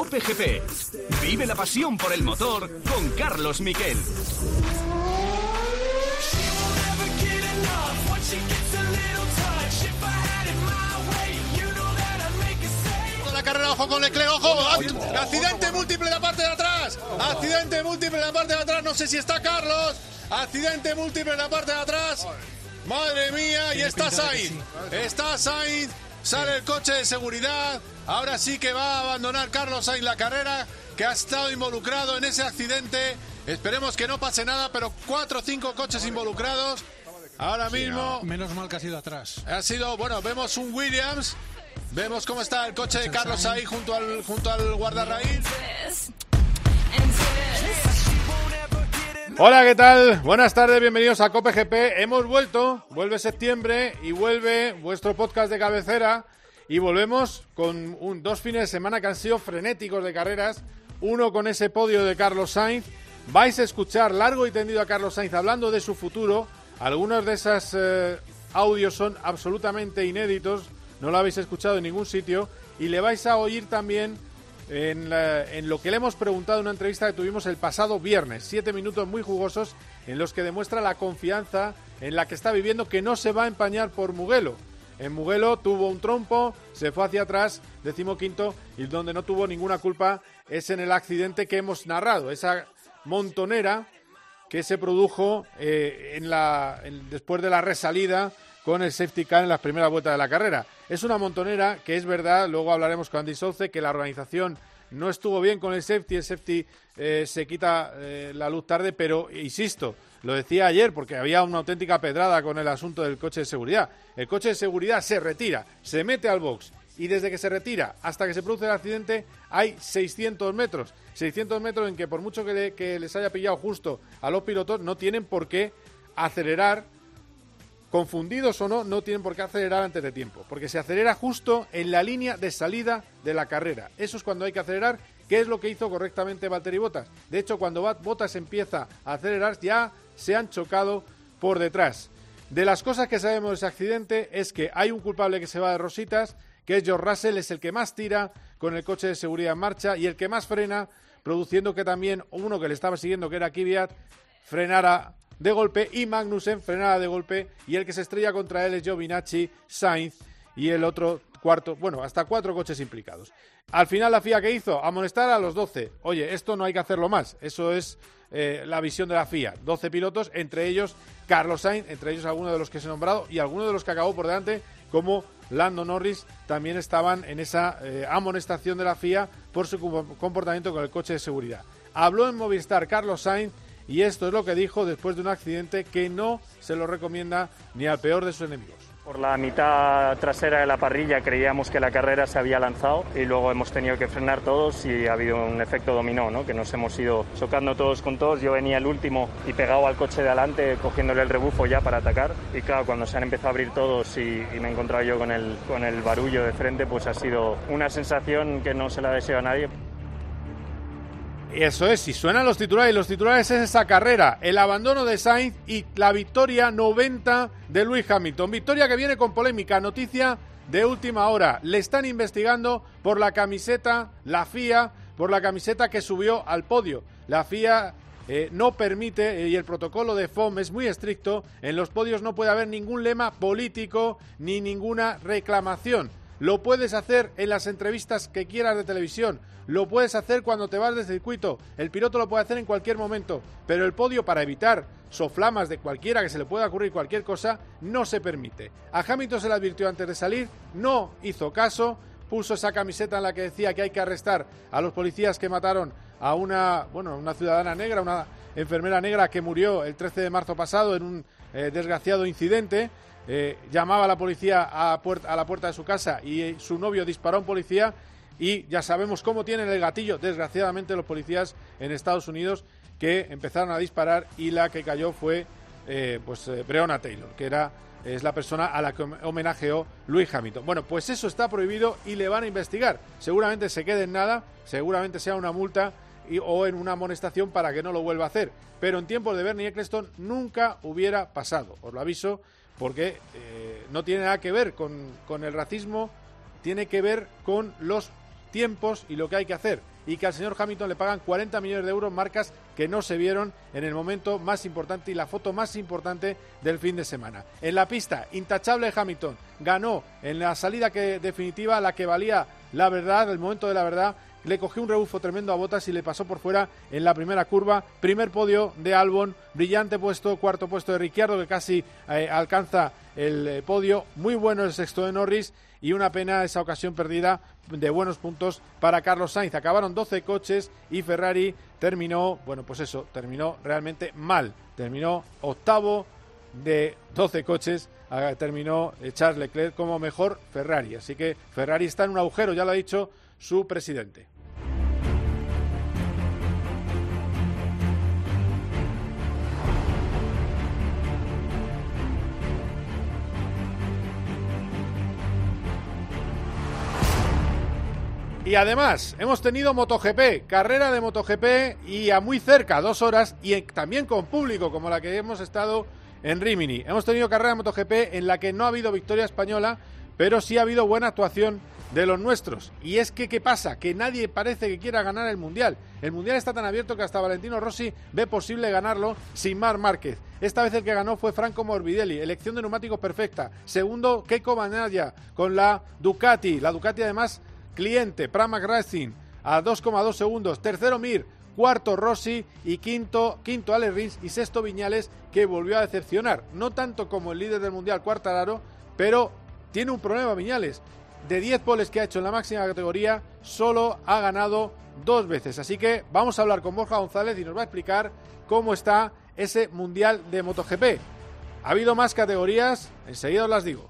Cope GP. Vive la pasión por el motor con Carlos Miquel. La carrera, ojo con Leclerc, ojo. Accidente múltiple en la parte de atrás. Accidente múltiple en la parte de atrás. No sé si está Carlos. Accidente múltiple en la parte de atrás. Madre mía, y está Sainz. Está Sainz. Sale el coche de seguridad. Ahora sí que va a abandonar Carlos Sainz la carrera, que ha estado involucrado en ese accidente. Esperemos que no pase nada, pero 4 o 5 coches involucrados. Ahora mismo. Menos mal que ha sido atrás. Ha sido, bueno, vemos un Williams. Vemos cómo está el coche de Carlos Sainz junto al guardarraíl. Hola, ¿qué tal? Buenas tardes, bienvenidos a Cope GP. Hemos vuelto, vuelve septiembre y vuelve vuestro podcast de cabecera. Y volvemos con 2 fines de semana que han sido frenéticos de carreras. Uno con ese podio de Carlos Sainz. Vais a escuchar largo y tendido a Carlos Sainz hablando de su futuro. Algunos de esos audios son absolutamente inéditos. No lo habéis escuchado en ningún sitio. Y le vais a oír también en lo que le hemos preguntado en una entrevista que tuvimos el pasado viernes. 7 minutos muy jugosos en los que demuestra la confianza en la que está viviendo, que no se va a empañar por Mugello. En Mugello tuvo un trompo, se fue hacia atrás, 15º, y donde no tuvo ninguna culpa es en el accidente que hemos narrado, esa montonera que se produjo después de la resalida con el safety car en las primeras vueltas de la carrera. Es una montonera que es verdad, luego hablaremos con Andy Soucek, que la organización no estuvo bien con el safety se quita la luz tarde, pero insisto, lo decía ayer porque había una auténtica pedrada con el asunto del coche de seguridad. El coche de seguridad se retira, se mete al box y desde que se retira hasta que se produce el accidente hay 600 metros. 600 metros en que por mucho que les haya pillado justo a los pilotos no tienen por qué acelerar. Confundidos o no, no tienen por qué acelerar antes de tiempo, porque se acelera justo en la línea de salida de la carrera. Eso es cuando hay que acelerar, que es lo que hizo correctamente Valtteri Bottas. De hecho, cuando Bottas empieza a acelerar, ya se han chocado por detrás. De las cosas que sabemos de ese accidente es que hay un culpable que se va de rositas, que es George Russell, es el que más tira con el coche de seguridad en marcha y el que más frena, produciendo que también uno que le estaba siguiendo, que era Kvyat, frenara de golpe y Magnussen frenada de golpe, y el que se estrella contra él es Giovinazzi, Sainz y el otro cuarto, bueno, hasta 4 coches implicados. Al final la FIA, ¿qué hizo? Amonestar a los 12. Oye, esto no hay que hacerlo más, eso es la visión de la FIA. 12 pilotos, entre ellos Carlos Sainz, entre ellos algunos de los que se han nombrado y algunos de los que acabó por delante, como Lando Norris, también estaban en esa amonestación de la FIA por su comportamiento con el coche de seguridad. Habló en Movistar Carlos Sainz y esto es lo que dijo después de un accidente que no se lo recomienda ni al peor de sus enemigos. Por la mitad trasera de la parrilla creíamos que la carrera se había lanzado y luego hemos tenido que frenar todos y ha habido un efecto dominó, ¿no? Que nos hemos ido chocando todos con todos. Yo venía el último y pegado al coche de adelante cogiéndole el rebufo ya para atacar y claro, cuando se han empezado a abrir todos y me he encontrado yo con el barullo de frente, pues ha sido una sensación que no se la deseo a nadie. Eso es, si suenan los titulares es esa carrera, el abandono de Sainz y la victoria 90 de Lewis Hamilton. Victoria que viene con polémica, noticia de última hora. Le están investigando por la camiseta, la FIA, por la camiseta que subió al podio. La FIA no permite, y el protocolo de FOM es muy estricto, en los podios no puede haber ningún lema político ni ninguna reclamación. Lo puedes hacer en las entrevistas que quieras de televisión, lo puedes hacer cuando te vas del circuito, el piloto lo puede hacer en cualquier momento, pero el podio, para evitar soflamas de cualquiera que se le pueda ocurrir cualquier cosa, no se permite. A Hamilton se le advirtió antes de salir, no hizo caso, puso esa camiseta en la que decía que hay que arrestar a los policías que mataron a una ciudadana negra, una enfermera negra que murió el 13 de marzo pasado en un desgraciado incidente. Llamaba a la policía a la puerta de su casa y su novio disparó a un policía y ya sabemos cómo tienen el gatillo, desgraciadamente, los policías en Estados Unidos, que empezaron a disparar y la que cayó fue Breonna Taylor, que es la persona a la que homenajeó Lewis Hamilton. Bueno, pues eso está prohibido y le van a investigar. Seguramente se quede en nada, seguramente sea una multa o en una amonestación para que no lo vuelva a hacer. Pero en tiempos de Bernie Ecclestone nunca hubiera pasado, os lo aviso, porque no tiene nada que ver con el racismo, tiene que ver con los tiempos y lo que hay que hacer. y que al señor Hamilton le pagan 40 millones de euros, marcas que no se vieron en el momento más importante y la foto más importante del fin de semana. En la pista, intachable Hamilton, ganó en la salida definitiva, la que valía la verdad, el momento de la verdad. Le cogió un rebufo tremendo a Bottas y le pasó por fuera en la primera curva. Primer podio de Albon, brillante puesto, cuarto puesto de Ricciardo, que casi alcanza el podio. Muy bueno el sexto de Norris y una pena esa ocasión perdida de buenos puntos para Carlos Sainz. Acabaron 12 coches y Ferrari terminó realmente mal. Terminó octavo de 12 coches, terminó Charles Leclerc como mejor Ferrari. Así que Ferrari está en un agujero, ya lo ha dicho su presidente. Y además, hemos tenido MotoGP, carrera de MotoGP y a muy cerca, 2 horas, y también con público, como la que hemos estado en Rimini. Hemos tenido carrera de MotoGP en la que no ha habido victoria española, pero sí ha habido buena actuación de los nuestros. Y es que, ¿qué pasa? Que nadie parece que quiera ganar el Mundial. El Mundial está tan abierto que hasta Valentino Rossi ve posible ganarlo sin Marc Márquez. Esta vez el que ganó fue Franco Morbidelli, elección de neumáticos perfecta. Segundo, Keiko Bagnaia con la Ducati además cliente, Pramac Racing a 2,2 segundos. Tercero Mir, cuarto Rossi y quinto Alex Rins y sexto Viñales, que volvió a decepcionar. No tanto como el líder del Mundial, Quartararo, pero tiene un problema Viñales. De 10 poles que ha hecho en la máxima categoría, solo ha ganado 2 veces. Así que vamos a hablar con Borja González y nos va a explicar cómo está ese Mundial de MotoGP. Ha habido más categorías, enseguida os las digo.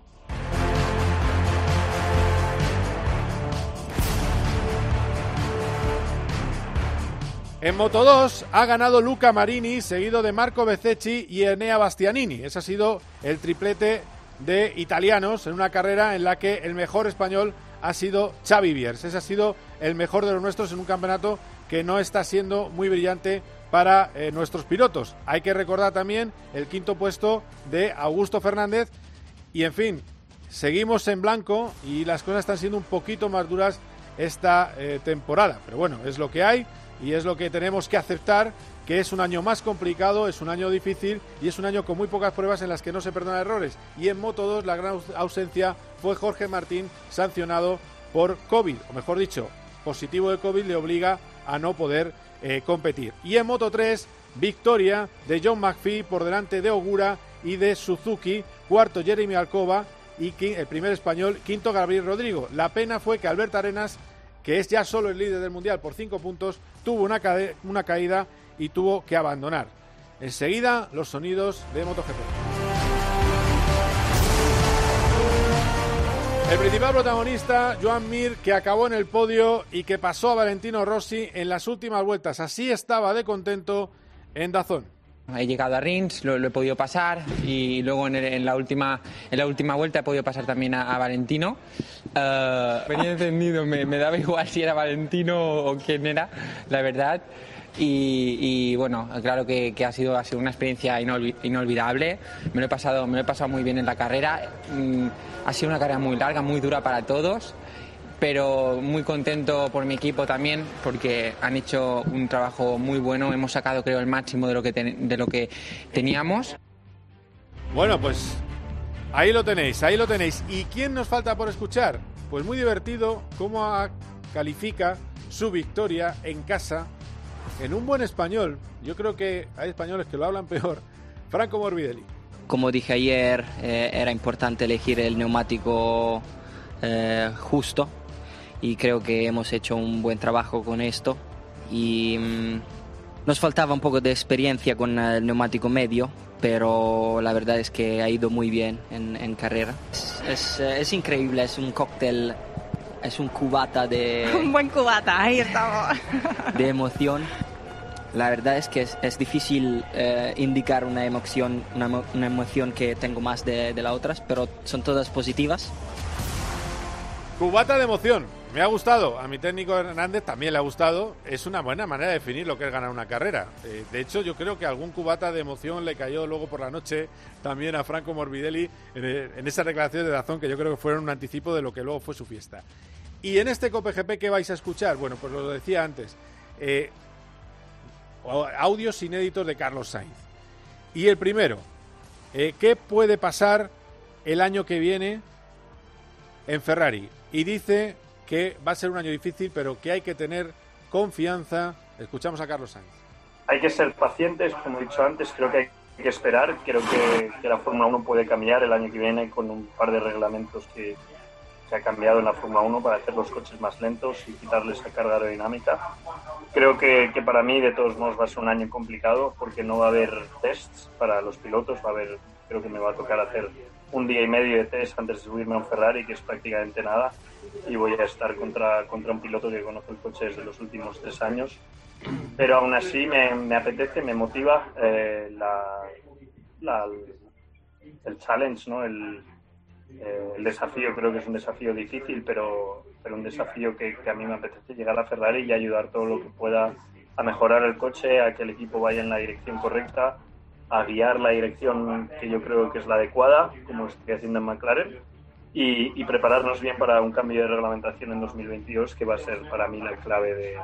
En Moto2 ha ganado Luca Marini, seguido de Marco Bezzecchi y Enea Bastianini. Ese ha sido el triplete de italianos en una carrera en la que el mejor español ha sido Xavi Viers. Ese ha sido el mejor de los nuestros en un campeonato que no está siendo muy brillante para nuestros pilotos. Hay que recordar también el quinto puesto de Augusto Fernández y, en fin, seguimos en blanco y las cosas están siendo un poquito más duras esta temporada. Pero bueno, es lo que hay y es lo que tenemos que aceptar, que es un año más complicado, es un año difícil y es un año con muy pocas pruebas en las que no se perdonan errores. Y en Moto2 la gran ausencia fue Jorge Martín, sancionado por COVID, o mejor dicho, positivo de COVID, le obliga a no poder competir. Y en Moto3, victoria de John McPhee por delante de Ogura y de Suzuki, cuarto Jeremy Alcoba y el primer español, quinto Gabriel Rodrigo. La pena fue que Albert Arenas, que es ya solo el líder del Mundial por 5 puntos, tuvo una caída y tuvo que abandonar. Enseguida, los sonidos de MotoGP. El principal protagonista, Joan Mir, que acabó en el podio y que pasó a Valentino Rossi en las últimas vueltas. Así estaba de contento en DAZN. He llegado a Rins, lo he podido pasar y luego en la última vuelta he podido pasar también a Valentino. Venía encendido, me daba igual si era Valentino o quién era, la verdad. Y bueno, claro que ha sido una experiencia inolvidable. Me lo he pasado muy bien en la carrera. Ha sido una carrera muy larga, muy dura para todos, pero muy contento por mi equipo también, porque han hecho un trabajo muy bueno. Hemos sacado, creo, el máximo de lo que teníamos. Bueno, pues ahí lo tenéis. ¿Y quién nos falta por escuchar? Pues muy divertido cómo califica su victoria en casa en un buen español. Yo creo que hay españoles que lo hablan peor. Franco Morbidelli. Como dije ayer, era importante elegir el neumático justo, y creo que hemos hecho un buen trabajo con esto. Y nos faltaba un poco de experiencia con el neumático medio, pero la verdad es que ha ido muy bien en carrera. Es increíble, es un cóctel, es un cubata de... Un buen cubata, ahí estamos. De emoción. La verdad es que es difícil indicar una emoción que tengo más de las otras, pero son todas positivas. Cubata de emoción. Me ha gustado. A mi técnico Hernández también le ha gustado. Es una buena manera de definir lo que es ganar una carrera. De hecho, yo creo que algún cubata de emoción le cayó luego por la noche también a Franco Morbidelli en esas declaraciones de DAZN, que yo creo que fueron un anticipo de lo que luego fue su fiesta. Y en este Cope GP, ¿qué vais a escuchar? Bueno, pues lo decía antes. Audios inéditos de Carlos Sainz. Y el primero, ¿qué puede pasar el año que viene en Ferrari? Y dice que va a ser un año difícil, pero que hay que tener confianza. Escuchamos a Carlos Sainz. Hay que ser pacientes, como he dicho antes, creo que hay que esperar. Creo que la Fórmula 1 puede cambiar el año que viene con un par de reglamentos que ha cambiado en la Fórmula 1 para hacer los coches más lentos y quitarles esa carga aerodinámica. Creo que para mí, de todos modos, va a ser un año complicado porque no va a haber tests para los pilotos. Creo que me va a tocar hacer un día y medio de test antes de subirme a un Ferrari, que es prácticamente nada, y voy a estar contra un piloto que conozco el coche desde los últimos 3 años. Pero aún así me apetece, me motiva el challenge, ¿no? El desafío. Creo que es un desafío difícil, pero un desafío que a mí me apetece llegar a Ferrari y ayudar todo lo que pueda a mejorar el coche, a que el equipo vaya en la dirección correcta, a guiar la dirección que yo creo que es la adecuada, como estoy haciendo en McLaren, y prepararnos bien para un cambio de reglamentación en 2022, que va a ser para mí la clave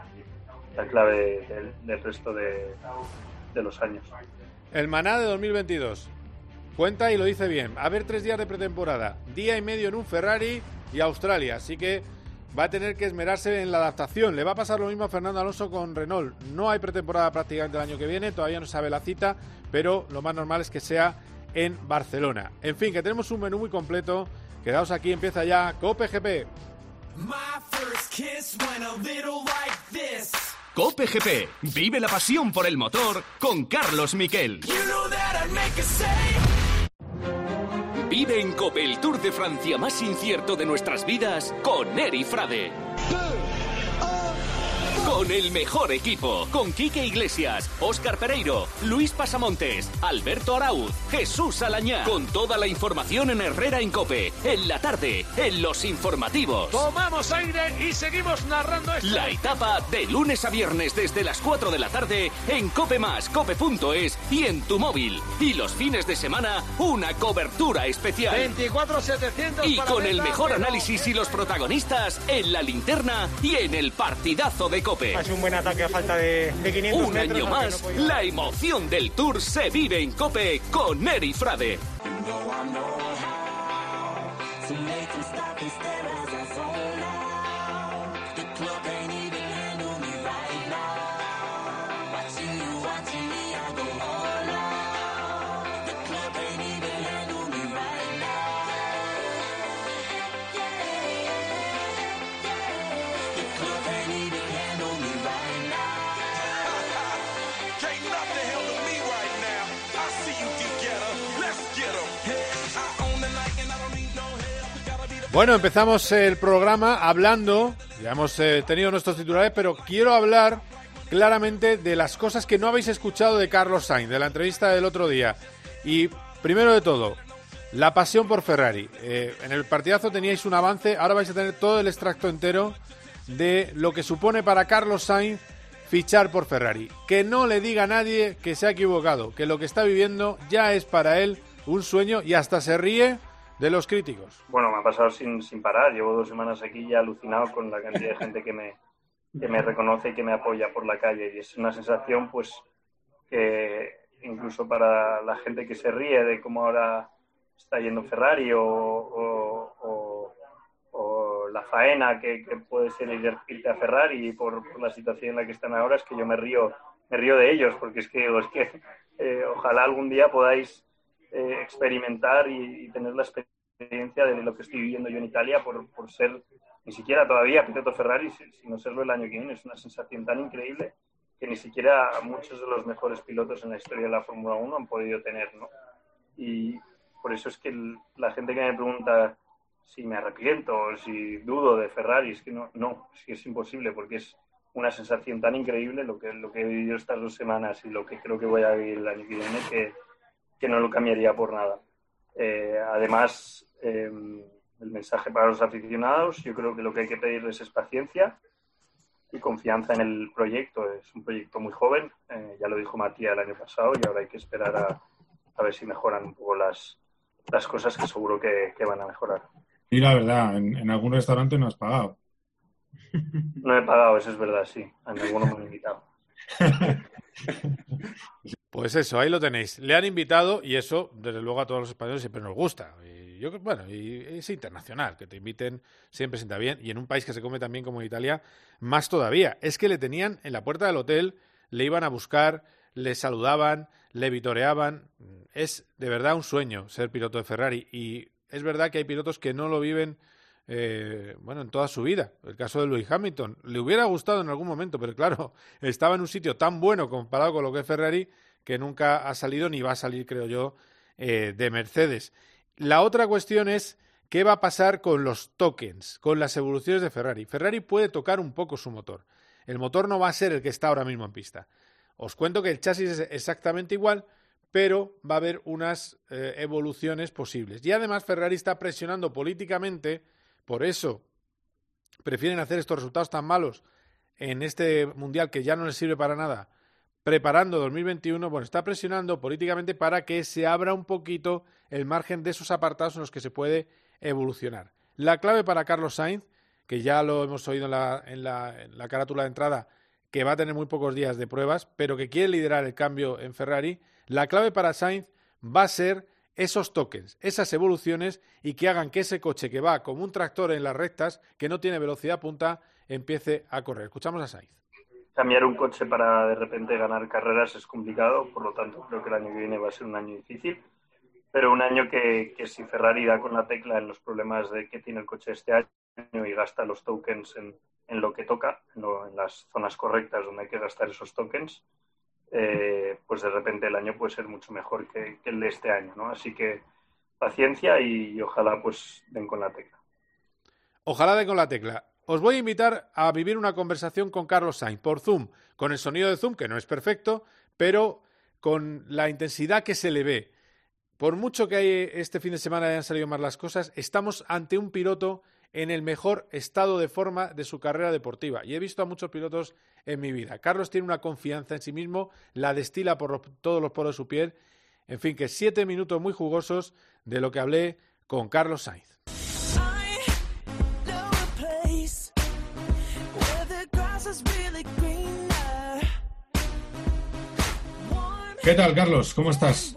del resto de los años. El Maná de 2022. Cuenta y lo dice bien. A haber 3 días de pretemporada, día y medio en un Ferrari y Australia. Así que va a tener que esmerarse en la adaptación. Le va a pasar lo mismo a Fernando Alonso con Renault. No hay pretemporada prácticamente el año que viene, todavía no sabe la cita, pero lo más normal es que sea en Barcelona. En fin, que tenemos un menú muy completo. Quedaos aquí, empieza ya Cope GP. Cope GP. Vive la pasión por el motor con Carlos Miquel. Vive en Cope el Tour de Francia más incierto de nuestras vidas con Eri Frade. Con el mejor equipo, con Quique Iglesias, Óscar Pereiro, Luis Pasamontes, Alberto Arauz, Jesús Alañá. Con toda la información en Herrera en Cope, en la tarde, en los informativos. Tomamos aire y seguimos narrando esto. La etapa de lunes a viernes desde las 4 de la tarde en Cope+, cope.es y en tu móvil. Y los fines de semana, una cobertura especial. 24-700 y con el mejor análisis y los protagonistas en la linterna y en el partidazo de Cope. Ha sido un buen ataque a falta de 500 un metros. año más, no la emoción del Tour se vive en Cope con Eri Frade. Bueno, empezamos el programa hablando, ya hemos tenido nuestros titulares, pero quiero hablar claramente de las cosas que no habéis escuchado de Carlos Sainz, de la entrevista del otro día. Y primero de todo, la pasión por Ferrari. En el partidazo teníais un avance, ahora vais a tener todo el extracto entero de lo que supone para Carlos Sainz fichar por Ferrari. Que no le diga a nadie que se ha equivocado, que lo que está viviendo ya es para él un sueño y hasta se ríe de los críticos. Bueno, me ha pasado sin parar. Llevo 2 semanas aquí ya alucinado con la cantidad de gente que me reconoce y que me apoya por la calle. Y es una sensación, pues, que incluso para la gente que se ríe de cómo ahora está yendo Ferrari o la faena que puede ser irte a Ferrari por la situación en la que están ahora, es que yo me río de ellos, porque es que ojalá algún día podáis experimentar y tener la experiencia de lo que estoy viviendo yo en Italia por ser ni siquiera todavía piloto Ferrari, sino serlo el año que viene. Es una sensación tan increíble que ni siquiera muchos de los mejores pilotos en la historia de la Fórmula 1 han podido tener, ¿no? Y por eso es que la gente que me pregunta si me arrepiento o si dudo de Ferrari, es que no, es que es imposible, porque es una sensación tan increíble lo que he vivido estas 2 semanas y lo que creo que voy a vivir el año que viene, que no lo cambiaría por nada. Además, el mensaje para los aficionados, yo creo que lo que hay que pedirles es paciencia y confianza en el proyecto. Es un proyecto muy joven, ya lo dijo Matías el año pasado, y ahora hay que esperar a ver si mejoran un poco las cosas, que seguro que van a mejorar. Y la verdad, en algún restaurante no has pagado. No he pagado, eso es verdad, sí. A ninguno me han invitado. Pues eso, ahí lo tenéis. Le han invitado y eso, desde luego, a todos los españoles siempre nos gusta. Y es internacional, que te inviten siempre sienta bien. Y en un país que se come tan bien como en Italia, más todavía. Es que le tenían en la puerta del hotel, le iban a buscar, le saludaban, le vitoreaban. Es de verdad un sueño ser piloto de Ferrari. Y es verdad que hay pilotos que no lo viven en toda su vida. El caso de Lewis Hamilton. Le hubiera gustado en algún momento, pero claro, estaba en un sitio tan bueno comparado con lo que es Ferrari que nunca ha salido ni va a salir, creo yo, de Mercedes. La otra cuestión es qué va a pasar con los tokens, con las evoluciones de Ferrari. Ferrari puede tocar un poco su motor. El motor no va a ser el que está ahora mismo en pista. Os cuento que el chasis es exactamente igual, pero va a haber unas evoluciones posibles. Y además Ferrari está presionando políticamente, por eso prefieren hacer estos resultados tan malos en este Mundial que ya no les sirve para nada, preparando 2021, está presionando políticamente para que se abra un poquito el margen de esos apartados en los que se puede evolucionar. La clave para Carlos Sainz, que ya lo hemos oído en la carátula de entrada, que va a tener muy pocos días de pruebas, pero que quiere liderar el cambio en Ferrari, la clave para Sainz va a ser esos tokens, esas evoluciones y que hagan que ese coche que va como un tractor en las rectas, que no tiene velocidad punta, empiece a correr. Escuchamos a Sainz. Cambiar un coche para de repente ganar carreras es complicado, por lo tanto creo que el año que viene va a ser un año difícil, pero un año que si Ferrari da con la tecla en los problemas que tiene el coche este año y gasta los tokens en lo que toca, en las zonas correctas donde hay que gastar esos tokens, pues de repente el año puede ser mucho mejor que el de este año, ¿no? Así que paciencia y ojalá pues den con la tecla. Ojalá den con la tecla. Os voy a invitar a vivir una conversación con Carlos Sainz por Zoom, con el sonido de Zoom, que no es perfecto, pero con la intensidad que se le ve. Por mucho que este fin de semana hayan salido mal las cosas, estamos ante un piloto en el mejor estado de forma de su carrera deportiva. Y he visto a muchos pilotos en mi vida. Carlos tiene una confianza en sí mismo, la destila por todos los poros de su piel. En fin, que 7 minutos muy jugosos de lo que hablé con Carlos Sainz. ¿Qué tal, Carlos? ¿Cómo estás?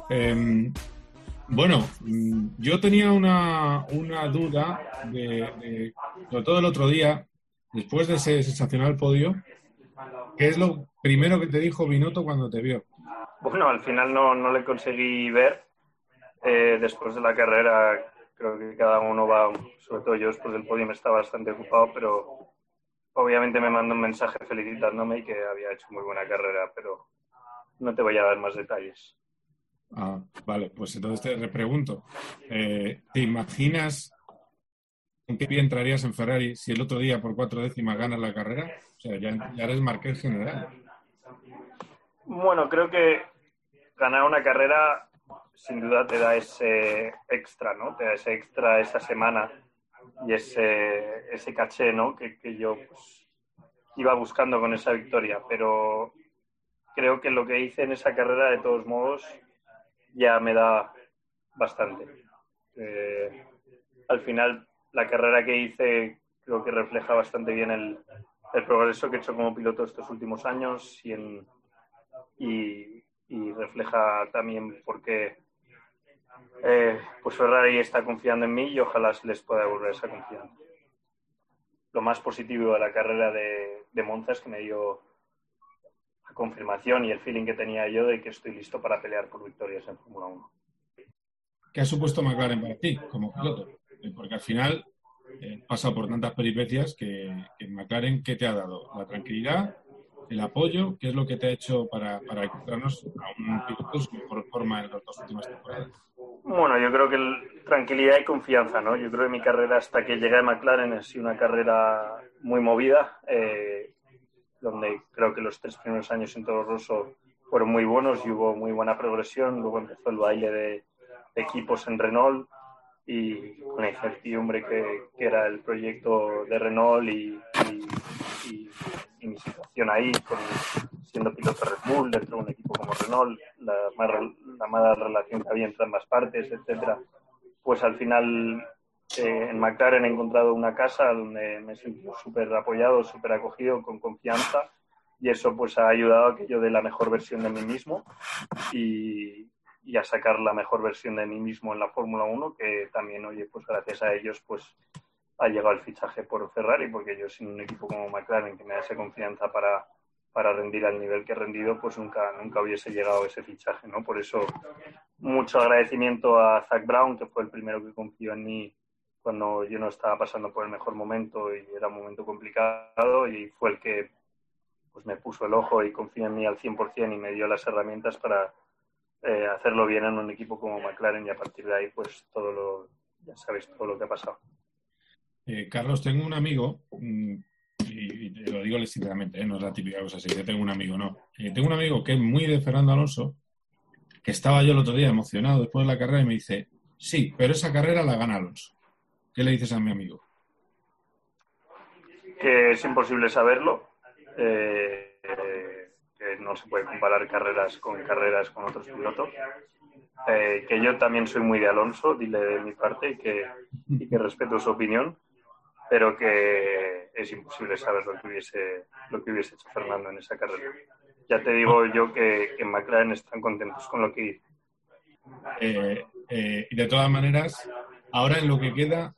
Yo tenía una duda sobre todo el otro día, después de ese sensacional podio, ¿qué es lo primero que te dijo Binotto cuando te vio? Bueno, al final no le conseguí ver. Después de la carrera, creo que cada uno va, sobre todo yo después del podio me estaba bastante ocupado, pero obviamente me mandó un mensaje felicitándome y que había hecho muy buena carrera, pero no te voy a dar más detalles. Ah, vale, pues entonces te repregunto. ¿Te imaginas con qué pie entrarías en Ferrari si el otro día por 4 décimas ganas la carrera? O sea, ya eres marqués general. Bueno, creo que ganar una carrera sin duda te da ese extra, ¿no? Te da ese extra esa semana y ese caché, ¿no? Que yo pues, iba buscando con esa victoria, pero creo que lo que hice en esa carrera, de todos modos, ya me da bastante. Al final, la carrera que hice creo que refleja bastante bien el progreso que he hecho como piloto estos últimos años y refleja también por qué pues Ferrari está confiando en mí y ojalá se les pueda devolver esa confianza. Lo más positivo de la carrera de Monza es que me dio la confirmación y el feeling que tenía yo de que estoy listo para pelear por victorias en Fórmula 1. ¿Qué ha supuesto McLaren para ti como piloto? Porque al final pasado por tantas peripecias que en McLaren, ¿qué te ha dado? ¿La tranquilidad? ¿El apoyo? ¿Qué es lo que te ha hecho para encontrarnos a un piloto en su mejor forma en las 2 últimas temporadas? Bueno, yo creo que tranquilidad y confianza, ¿no? Yo creo que mi carrera hasta que llegué a McLaren ha sido una carrera muy movida, donde creo que los 3 primeros años en Toro Rosso fueron muy buenos y hubo muy buena progresión. Luego empezó el baile de equipos en Renault y con la incertidumbre que era el proyecto de Renault y mi situación ahí, siendo piloto de Red Bull dentro de un equipo como Renault, la mala relación que había entre ambas partes, etcétera, pues al final En McLaren he encontrado una casa donde me he sentido súper apoyado, súper acogido, con confianza, y eso pues ha ayudado a que yo dé la mejor versión de mí mismo y a sacar la mejor versión de mí mismo en la Fórmula 1, que también, oye, pues gracias a ellos pues ha llegado el fichaje por Ferrari, porque yo sin un equipo como McLaren que me da esa confianza para rendir al nivel que he rendido, pues nunca hubiese llegado ese fichaje, ¿no? Por eso, mucho agradecimiento a Zak Brown, que fue el primero que confió en mí cuando yo no estaba pasando por el mejor momento y era un momento complicado, y fue el que pues me puso el ojo y confió en mí al 100% y me dio las herramientas para hacerlo bien en un equipo como McLaren, y a partir de ahí pues ya sabéis todo lo que ha pasado. Carlos, tengo un amigo, y te lo digo sinceramente, no es la típica cosa así, yo tengo un amigo, no. Tengo un amigo que es muy de Fernando Alonso, que estaba yo el otro día emocionado después de la carrera y me dice, sí, pero esa carrera la gana Alonso. ¿Qué le dices a mi amigo? Que es imposible saberlo, que no se puede comparar carreras con otros pilotos, que yo también soy muy de Alonso, dile de mi parte, y que respeto su opinión, pero que es imposible saber lo que hubiese hecho Fernando en esa carrera. Ya te digo yo que en McLaren están contentos con lo que hizo. Y de todas maneras, ahora en lo que queda,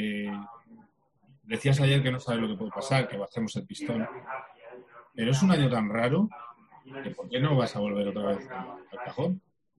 decías ayer que no sabes lo que puede pasar, que bajemos el pistón, pero es un año tan raro que ¿por qué no vas a volver otra vez al cajón?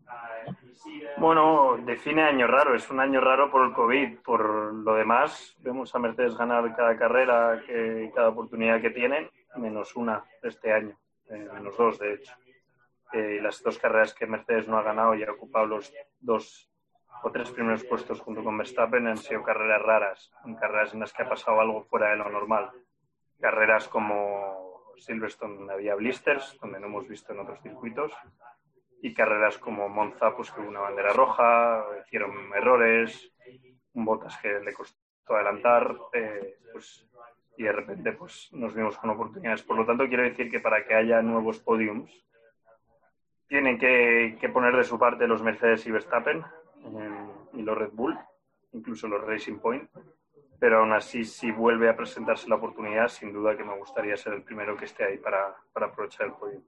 Bueno, define año raro. Es un año raro por el COVID. Por lo demás, vemos a Mercedes ganar cada carrera, cada oportunidad que tienen, menos una este año, menos dos, de hecho. Las dos carreras que Mercedes no ha ganado y ha ocupado los 2 o 3 primeros puestos junto con Verstappen han sido carreras raras, carreras en las que ha pasado algo fuera de lo normal. Carreras como Silverstone, donde había blisters, donde no hemos visto en otros circuitos, y carreras como Monza, pues que hubo una bandera roja, hicieron errores, un Bottas que le costó adelantar, pues, y de repente pues nos vimos con oportunidades. Por lo tanto, quiero decir que para que haya nuevos podiums tienen que poner de su parte los Mercedes y Verstappen y los Red Bull, incluso los Racing Point, pero aún así, si vuelve a presentarse la oportunidad, sin duda que me gustaría ser el primero que esté ahí para aprovechar el podio.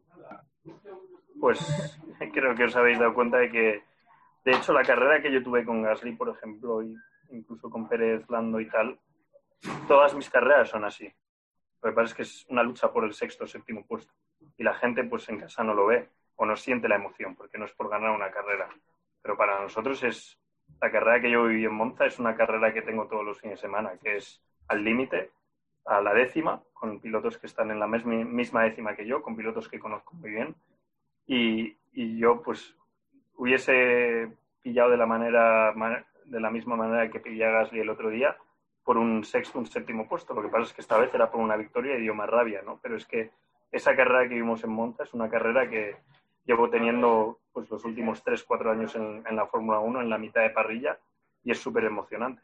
Pues creo que os habéis dado cuenta de que, de hecho, la carrera que yo tuve con Gasly, por ejemplo, y incluso con Pérez, Lando y tal, todas mis carreras son así. Lo que pasa es que es una lucha por el 6º o 7º puesto. Y la gente, pues en casa no lo ve o no siente la emoción, porque no es por ganar una carrera. Pero para nosotros es la carrera que yo viví en Monza, es una carrera que tengo todos los fines de semana, que es al límite, a la décima, con pilotos que están en la misma décima que yo, con pilotos que conozco muy bien. Y yo, pues, hubiese pillado de la misma manera que pillé a Gasly el otro día, por un 6º, un 7º puesto. Lo que pasa es que esta vez era por una victoria y dio más rabia, ¿no? Pero es que esa carrera que vimos en Monza es una carrera que llevo teniendo pues los últimos 3-4 años en la Fórmula 1, en la mitad de parrilla, y es súper emocionante.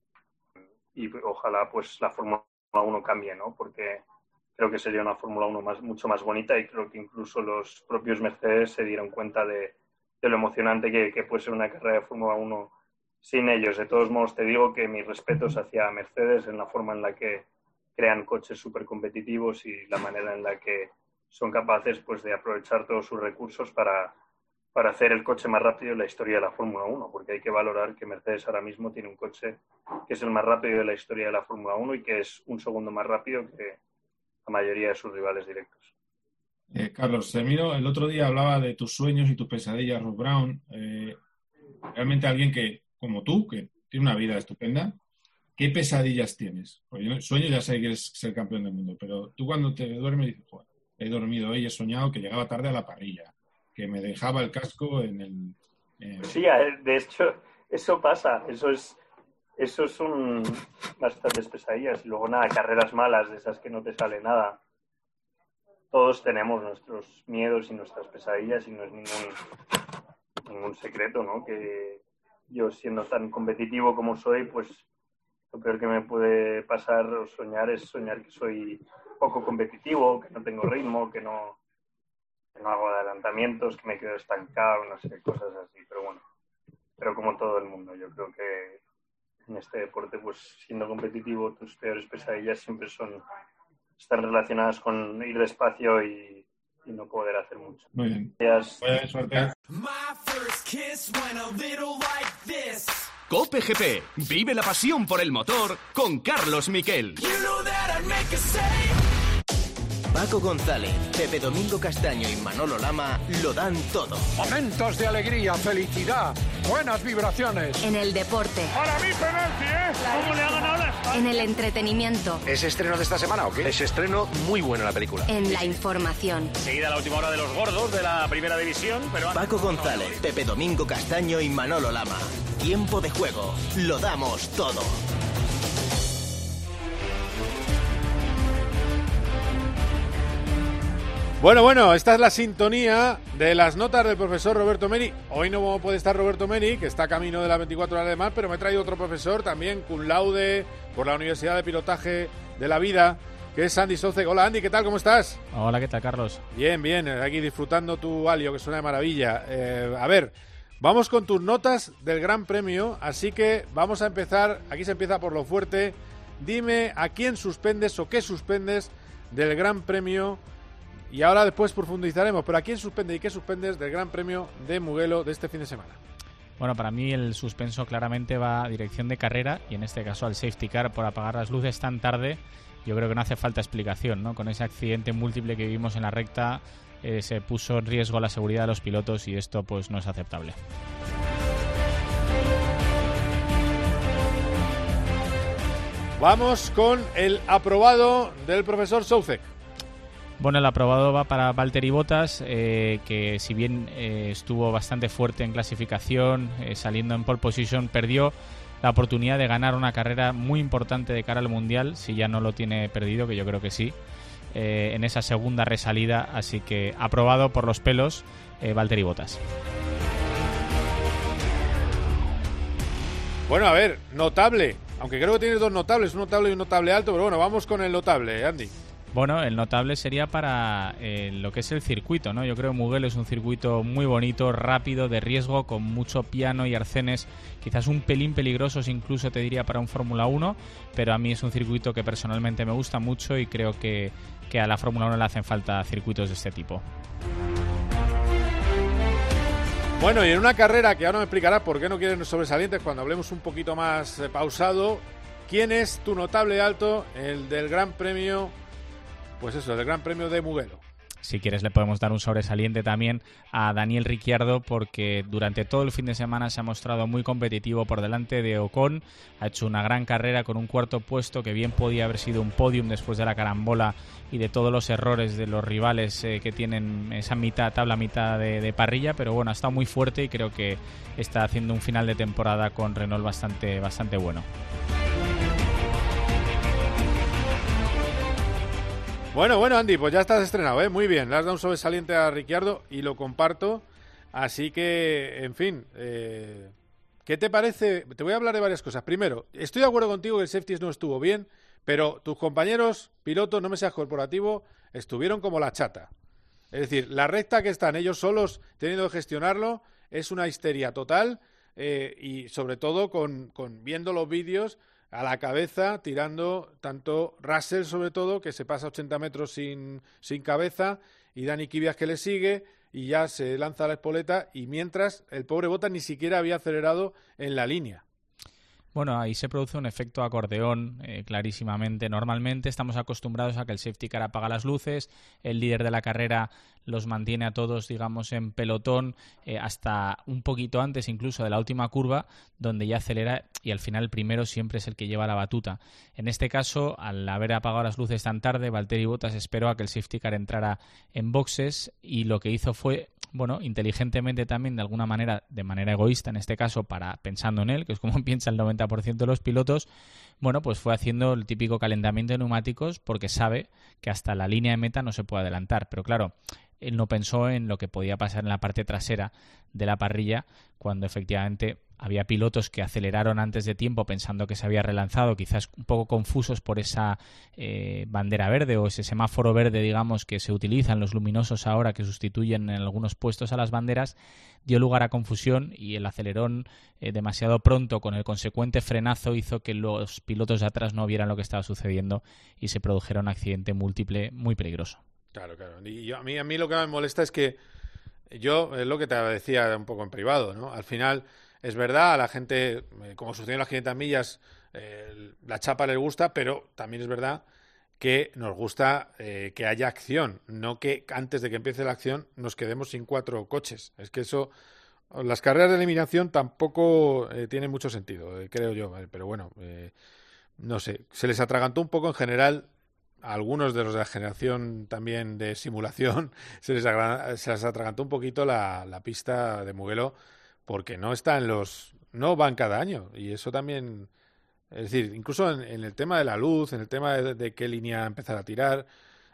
Y ojalá pues la Fórmula 1 cambie, ¿no? Porque creo que sería una Fórmula 1 mucho más bonita, y creo que incluso los propios Mercedes se dieron cuenta de lo emocionante que puede ser una carrera de Fórmula 1 sin ellos. De todos modos, te digo que mis respetos hacia Mercedes en la forma en la que crean coches súper competitivos y la manera en la que son capaces pues de aprovechar todos sus recursos para hacer el coche más rápido en la historia de la Fórmula 1, porque hay que valorar que Mercedes ahora mismo tiene un coche que es el más rápido de la historia de la Fórmula 1 y que es un segundo más rápido que la mayoría de sus rivales directos. Carlos, termino. El otro día hablaba de tus sueños y tus pesadillas, Ross Brown. Realmente alguien que, como tú, que tiene una vida estupenda, ¿qué pesadillas tienes? Porque yo sueño, ya sé que quieres ser campeón del mundo, pero tú cuando te duermes dices, joder, he dormido hoy, he soñado que llegaba tarde a la parrilla, que me dejaba el casco en el... Sí, de hecho, eso pasa. Eso son bastantes pesadillas. Y luego nada, carreras malas, de esas que no te sale nada. Todos tenemos nuestros miedos y nuestras pesadillas, y no es ningún secreto, ¿no? Que yo, siendo tan competitivo como soy, pues lo peor que me puede pasar o soñar es soñar que soy poco competitivo, que no tengo ritmo, que no hago adelantamientos, que me quedo estancado, no sé, cosas así. Pero bueno, pero como todo el mundo, yo creo que en este deporte, pues siendo competitivo, tus peores pesadillas siempre están relacionadas con ir despacio y no poder hacer mucho. Muy bien. Suerte. COPE GP. Vive la pasión por el motor con Carlos Miquel. Paco González, Pepe Domingo Castaño y Manolo Lama lo dan todo. Momentos de alegría, felicidad, buenas vibraciones. En el deporte. Para mí penalti, ¿eh? ¿Cómo le ha ganado la espalda? En el entretenimiento. ¿Es estreno de esta semana o qué? Es estreno muy bueno la película. En la información. Seguida la última hora de los gordos de la primera división. Pero... Paco González, Pepe Domingo Castaño y Manolo Lama. Tiempo de juego. Lo damos todo. Bueno, esta es la sintonía de las notas del profesor Roberto Meri. Hoy no puede estar Roberto Meri, que está camino de las 24 horas de mar, pero me he traído otro profesor también, cum laude, por la Universidad de Pilotaje de la Vida, que es Andy Soucek. Hola Andy, ¿qué tal? ¿Cómo estás? Hola, ¿qué tal, Carlos? Bien, aquí disfrutando tu alio, que suena de maravilla. A ver, vamos con tus notas del Gran Premio, así que vamos a empezar, aquí se empieza por lo fuerte. Dime a quién suspendes o qué suspendes del Gran Premio. Y ahora después profundizaremos, pero ¿a quién suspende y qué suspendes del Gran Premio de Mugello de este fin de semana? Bueno, para mí el suspenso claramente va a dirección de carrera y en este caso al safety car por apagar las luces tan tarde. Yo creo que no hace falta explicación, ¿no? Con ese accidente múltiple que vivimos en la recta se puso en riesgo la seguridad de los pilotos y esto pues no es aceptable. Vamos con el aprobado del profesor Soucek. Bueno, el aprobado va para Valtteri Bottas, que si bien estuvo bastante fuerte en clasificación, saliendo en pole position, perdió la oportunidad de ganar una carrera muy importante de cara al Mundial, si ya no lo tiene perdido, que yo creo que sí, en esa segunda resalida, así que aprobado por los pelos Valtteri Bottas. Bueno, a ver, notable, aunque creo que tienes dos notables, un notable y un notable alto, pero bueno, vamos con el notable, Andy. Bueno, el notable sería para lo que es el circuito, ¿no? Yo creo que Mugello es un circuito muy bonito, rápido, de riesgo, con mucho piano y arcenes, quizás un pelín peligrosos incluso te diría para un Fórmula 1, pero a mí es un circuito que personalmente me gusta mucho y creo que a la Fórmula 1 le hacen falta circuitos de este tipo. Bueno, y en una carrera que ahora me explicarás por qué no quieren sobresalientes cuando hablemos un poquito más pausado, ¿quién es tu notable alto, el del Gran Premio? Pues eso, del Gran Premio de Mugello. Si quieres le podemos dar un sobresaliente también a Daniel Ricciardo porque durante todo el fin de semana se ha mostrado muy competitivo por delante de Ocon, ha hecho una gran carrera con un cuarto puesto que bien podía haber sido un podium después de la carambola y de todos los errores de los rivales que tienen esa tabla mitad de parrilla, pero bueno, ha estado muy fuerte y creo que está haciendo un final de temporada con Renault bastante bueno. Bueno, Andy, pues ya estás estrenado, ¿eh? Muy bien, le has dado un sobresaliente a Ricciardo y lo comparto, así que, en fin, ¿qué te parece? Te voy a hablar de varias cosas. Primero, estoy de acuerdo contigo que el safety no estuvo bien, pero tus compañeros pilotos, no me seas corporativo, estuvieron como la chata. Es decir, la recta que están ellos solos teniendo que gestionarlo es una histeria total y sobre todo con viendo los vídeos a la cabeza, tirando tanto Russell sobre todo, que se pasa 80 metros sin cabeza, y Dani Kvyat que le sigue, y ya se lanza a la espoleta, y mientras el pobre Bottas ni siquiera había acelerado en la línea. Bueno, ahí se produce un efecto acordeón clarísimamente. Normalmente estamos acostumbrados a que el safety car apaga las luces, el líder de la carrera los mantiene a todos, digamos, en pelotón hasta un poquito antes incluso de la última curva, donde ya acelera y al final el primero siempre es el que lleva la batuta. En este caso, al haber apagado las luces tan tarde, Valtteri Bottas esperó a que el safety car entrara en boxes y lo que hizo fue, bueno, inteligentemente también, de alguna manera, de manera egoísta en este caso, pensando en él, que es como piensa el 90% de los pilotos, bueno, pues fue haciendo el típico calentamiento de neumáticos porque sabe que hasta la línea de meta no se puede adelantar. Pero claro, él no pensó en lo que podía pasar en la parte trasera de la parrilla cuando efectivamente había pilotos que aceleraron antes de tiempo pensando que se había relanzado, quizás un poco confusos por esa bandera verde o ese semáforo verde, digamos, que se utiliza en los luminosos ahora, que sustituyen en algunos puestos a las banderas, dio lugar a confusión y el acelerón demasiado pronto con el consecuente frenazo hizo que los pilotos de atrás no vieran lo que estaba sucediendo y se produjera un accidente múltiple muy peligroso. Claro. Y a mí lo que me molesta es que es lo que te decía un poco en privado, ¿no? Al final, es verdad, a la gente, como sucedió en las 500 millas, la chapa les gusta, pero también es verdad que nos gusta que haya acción, no que antes de que empiece la acción nos quedemos sin 4 coches. Es que eso, las carreras de eliminación tampoco tienen mucho sentido, creo yo, pero bueno, no sé, se les atragantó un poco en general. A algunos de los de la generación también de simulación se les atragantó un poquito la pista de Mugello porque no van cada año y eso también, es decir, incluso en el tema de la luz, en el tema de qué línea empezar a tirar,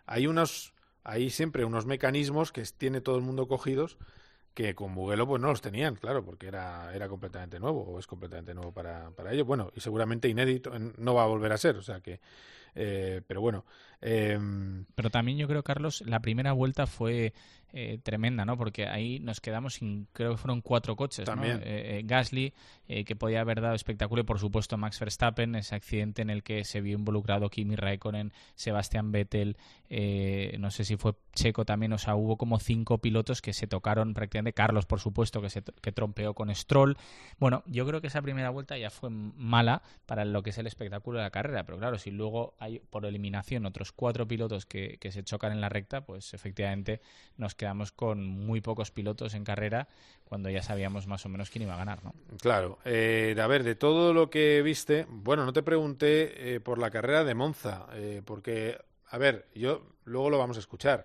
hay siempre unos mecanismos que tiene todo el mundo cogidos que con Mugello pues no los tenían, claro, porque era completamente nuevo o es completamente nuevo para ellos, bueno, y seguramente inédito no va a volver a ser, o sea que pero bueno. Pero también yo creo, Carlos, la primera vuelta fue tremenda, ¿no? Porque ahí nos quedamos sin, creo que fueron 4 coches, también, ¿no? Gasly, que podía haber dado espectáculo, y por supuesto Max Verstappen, ese accidente en el que se vio involucrado Kimi Raikkonen, Sebastian Vettel, no sé si fue Checo también, o sea, hubo como 5 pilotos que se tocaron prácticamente, Carlos por supuesto que trompeó con Stroll. Bueno, yo creo que esa primera vuelta ya fue mala para lo que es el espectáculo de la carrera, pero claro, si luego hay por eliminación otros 4 pilotos que se chocan en la recta, pues efectivamente nos quedamos con muy pocos pilotos en carrera cuando ya sabíamos más o menos quién iba a ganar, ¿no? Claro. A ver, de todo lo que viste, bueno, no te pregunté por la carrera de Monza, porque, a ver, luego lo vamos a escuchar.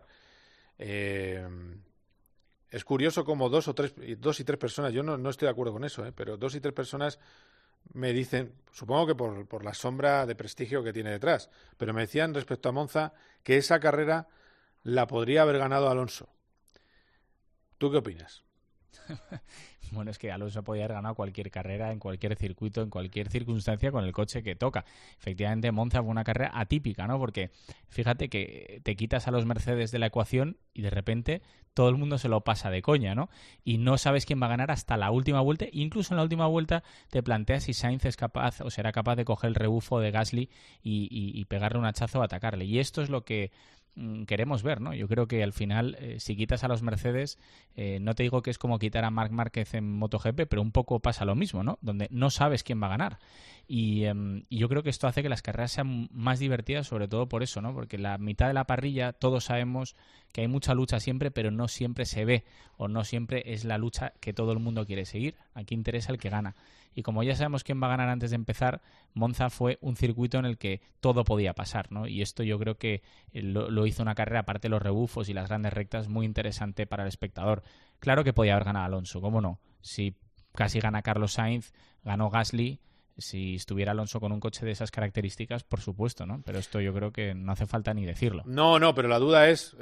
Es curioso como 2 y 3 personas, yo no estoy de acuerdo con eso, pero 2 y 3 personas me dicen, supongo que por la sombra de prestigio que tiene detrás, pero me decían respecto a Monza que esa carrera la podría haber ganado Alonso. ¿Tú qué opinas? Bueno, es que Alonso podía haber ganado cualquier carrera, en cualquier circuito, en cualquier circunstancia con el coche que toca. Efectivamente, Monza fue una carrera atípica, ¿no? Porque fíjate que te quitas a los Mercedes de la ecuación y de repente todo el mundo se lo pasa de coña, ¿no? Y no sabes quién va a ganar hasta la última vuelta. Incluso en la última vuelta te planteas si Sainz es capaz o será capaz de coger el rebufo de Gasly y pegarle un hachazo o atacarle. Y esto es lo que queremos ver, ¿no? Yo creo que al final, si quitas a los Mercedes, no te digo que es como quitar a Marc Márquez en MotoGP, pero un poco pasa lo mismo, ¿no? Donde no sabes quién va a ganar. Y yo creo que esto hace que las carreras sean más divertidas, sobre todo por eso, ¿no? Porque la mitad de la parrilla todos sabemos que hay mucha lucha siempre, pero no siempre se ve o no siempre es la lucha que todo el mundo quiere seguir. Aquí interesa el que gana. Y como ya sabemos quién va a ganar antes de empezar, Monza fue un circuito en el que todo podía pasar, ¿no? Y esto yo creo que lo hizo una carrera, aparte de los rebufos y las grandes rectas, muy interesante para el espectador. Claro que podía haber ganado Alonso, ¿cómo no? Si casi gana Carlos Sainz, ganó Gasly. Si estuviera Alonso con un coche de esas características, por supuesto, ¿no? Pero esto yo creo que no hace falta ni decirlo. No, pero la duda es...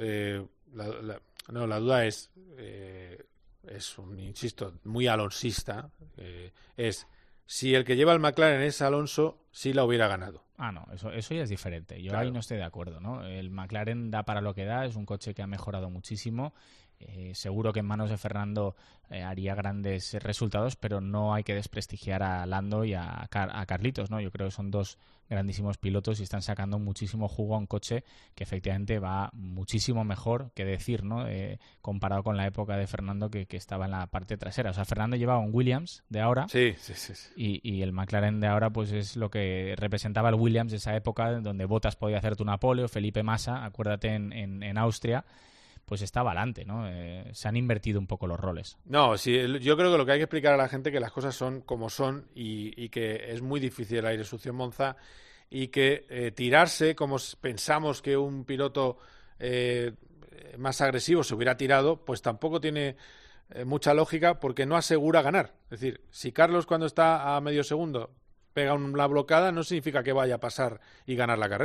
insisto, muy alonsista, es si el que lleva el McLaren es Alonso, sí la hubiera ganado. Ah, no, eso ya es diferente. Yo claro. Ahí no estoy de acuerdo, ¿no? El McLaren da para lo que da, es un coche que ha mejorado muchísimo. Seguro que en manos de Fernando haría grandes resultados, pero no hay que desprestigiar a Lando y a Carlitos, ¿no? Yo creo que son 2 grandísimos pilotos y están sacando muchísimo jugo a un coche que efectivamente va muchísimo mejor, que decir, ¿no? Comparado con la época de Fernando que estaba en la parte trasera. O sea, Fernando llevaba un Williams de ahora sí. Y el McLaren de ahora pues es lo que representaba el Williams de esa época, donde Bottas podía hacerte una pole, o Felipe Massa, acuérdate en Austria, pues estaba adelante, ¿no? Se han invertido un poco los roles. No, sí, yo creo que lo que hay que explicar a la gente es que las cosas son como son y que es muy difícil el aire sucio en Monza y que tirarse como pensamos que un piloto más agresivo se hubiera tirado, pues tampoco tiene mucha lógica porque no asegura ganar. Es decir, si Carlos cuando está a medio segundo pega una blocada, no significa que vaya a pasar y ganar la carrera.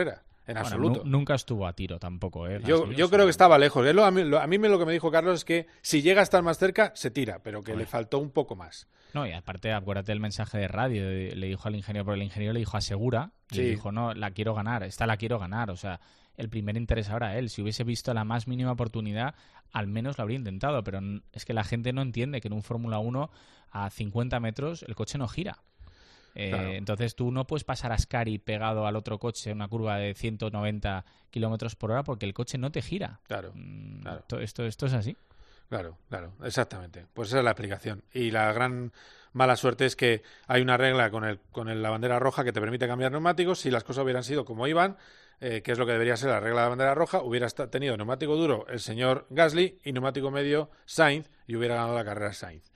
en absoluto. Nunca estuvo a tiro tampoco, ¿eh? Yo creo que estaba lejos. A mí lo que me dijo Carlos es que si llega a estar más cerca, se tira, pero que le faltó un poco más. No, y aparte, acuérdate del mensaje de radio, le dijo al ingeniero, porque el ingeniero le dijo asegura, y dijo, no, la quiero ganar, la quiero ganar, o sea, el primer interés ahora él. Si hubiese visto la más mínima oportunidad, al menos lo habría intentado, pero es que la gente no entiende que en un Fórmula 1 a 50 metros el coche no gira. Claro. Entonces tú no puedes pasar a Ascari pegado al otro coche en una curva de 190 kilómetros por hora porque el coche no te gira. Claro. Esto es así. Claro, exactamente. Pues esa es la explicación. Y la gran mala suerte es que hay una regla con la bandera roja que te permite cambiar neumáticos. Si las cosas hubieran sido como iban, que es lo que debería ser la regla de la bandera roja, hubiera tenido neumático duro el señor Gasly y neumático medio Sainz y hubiera ganado la carrera Sainz.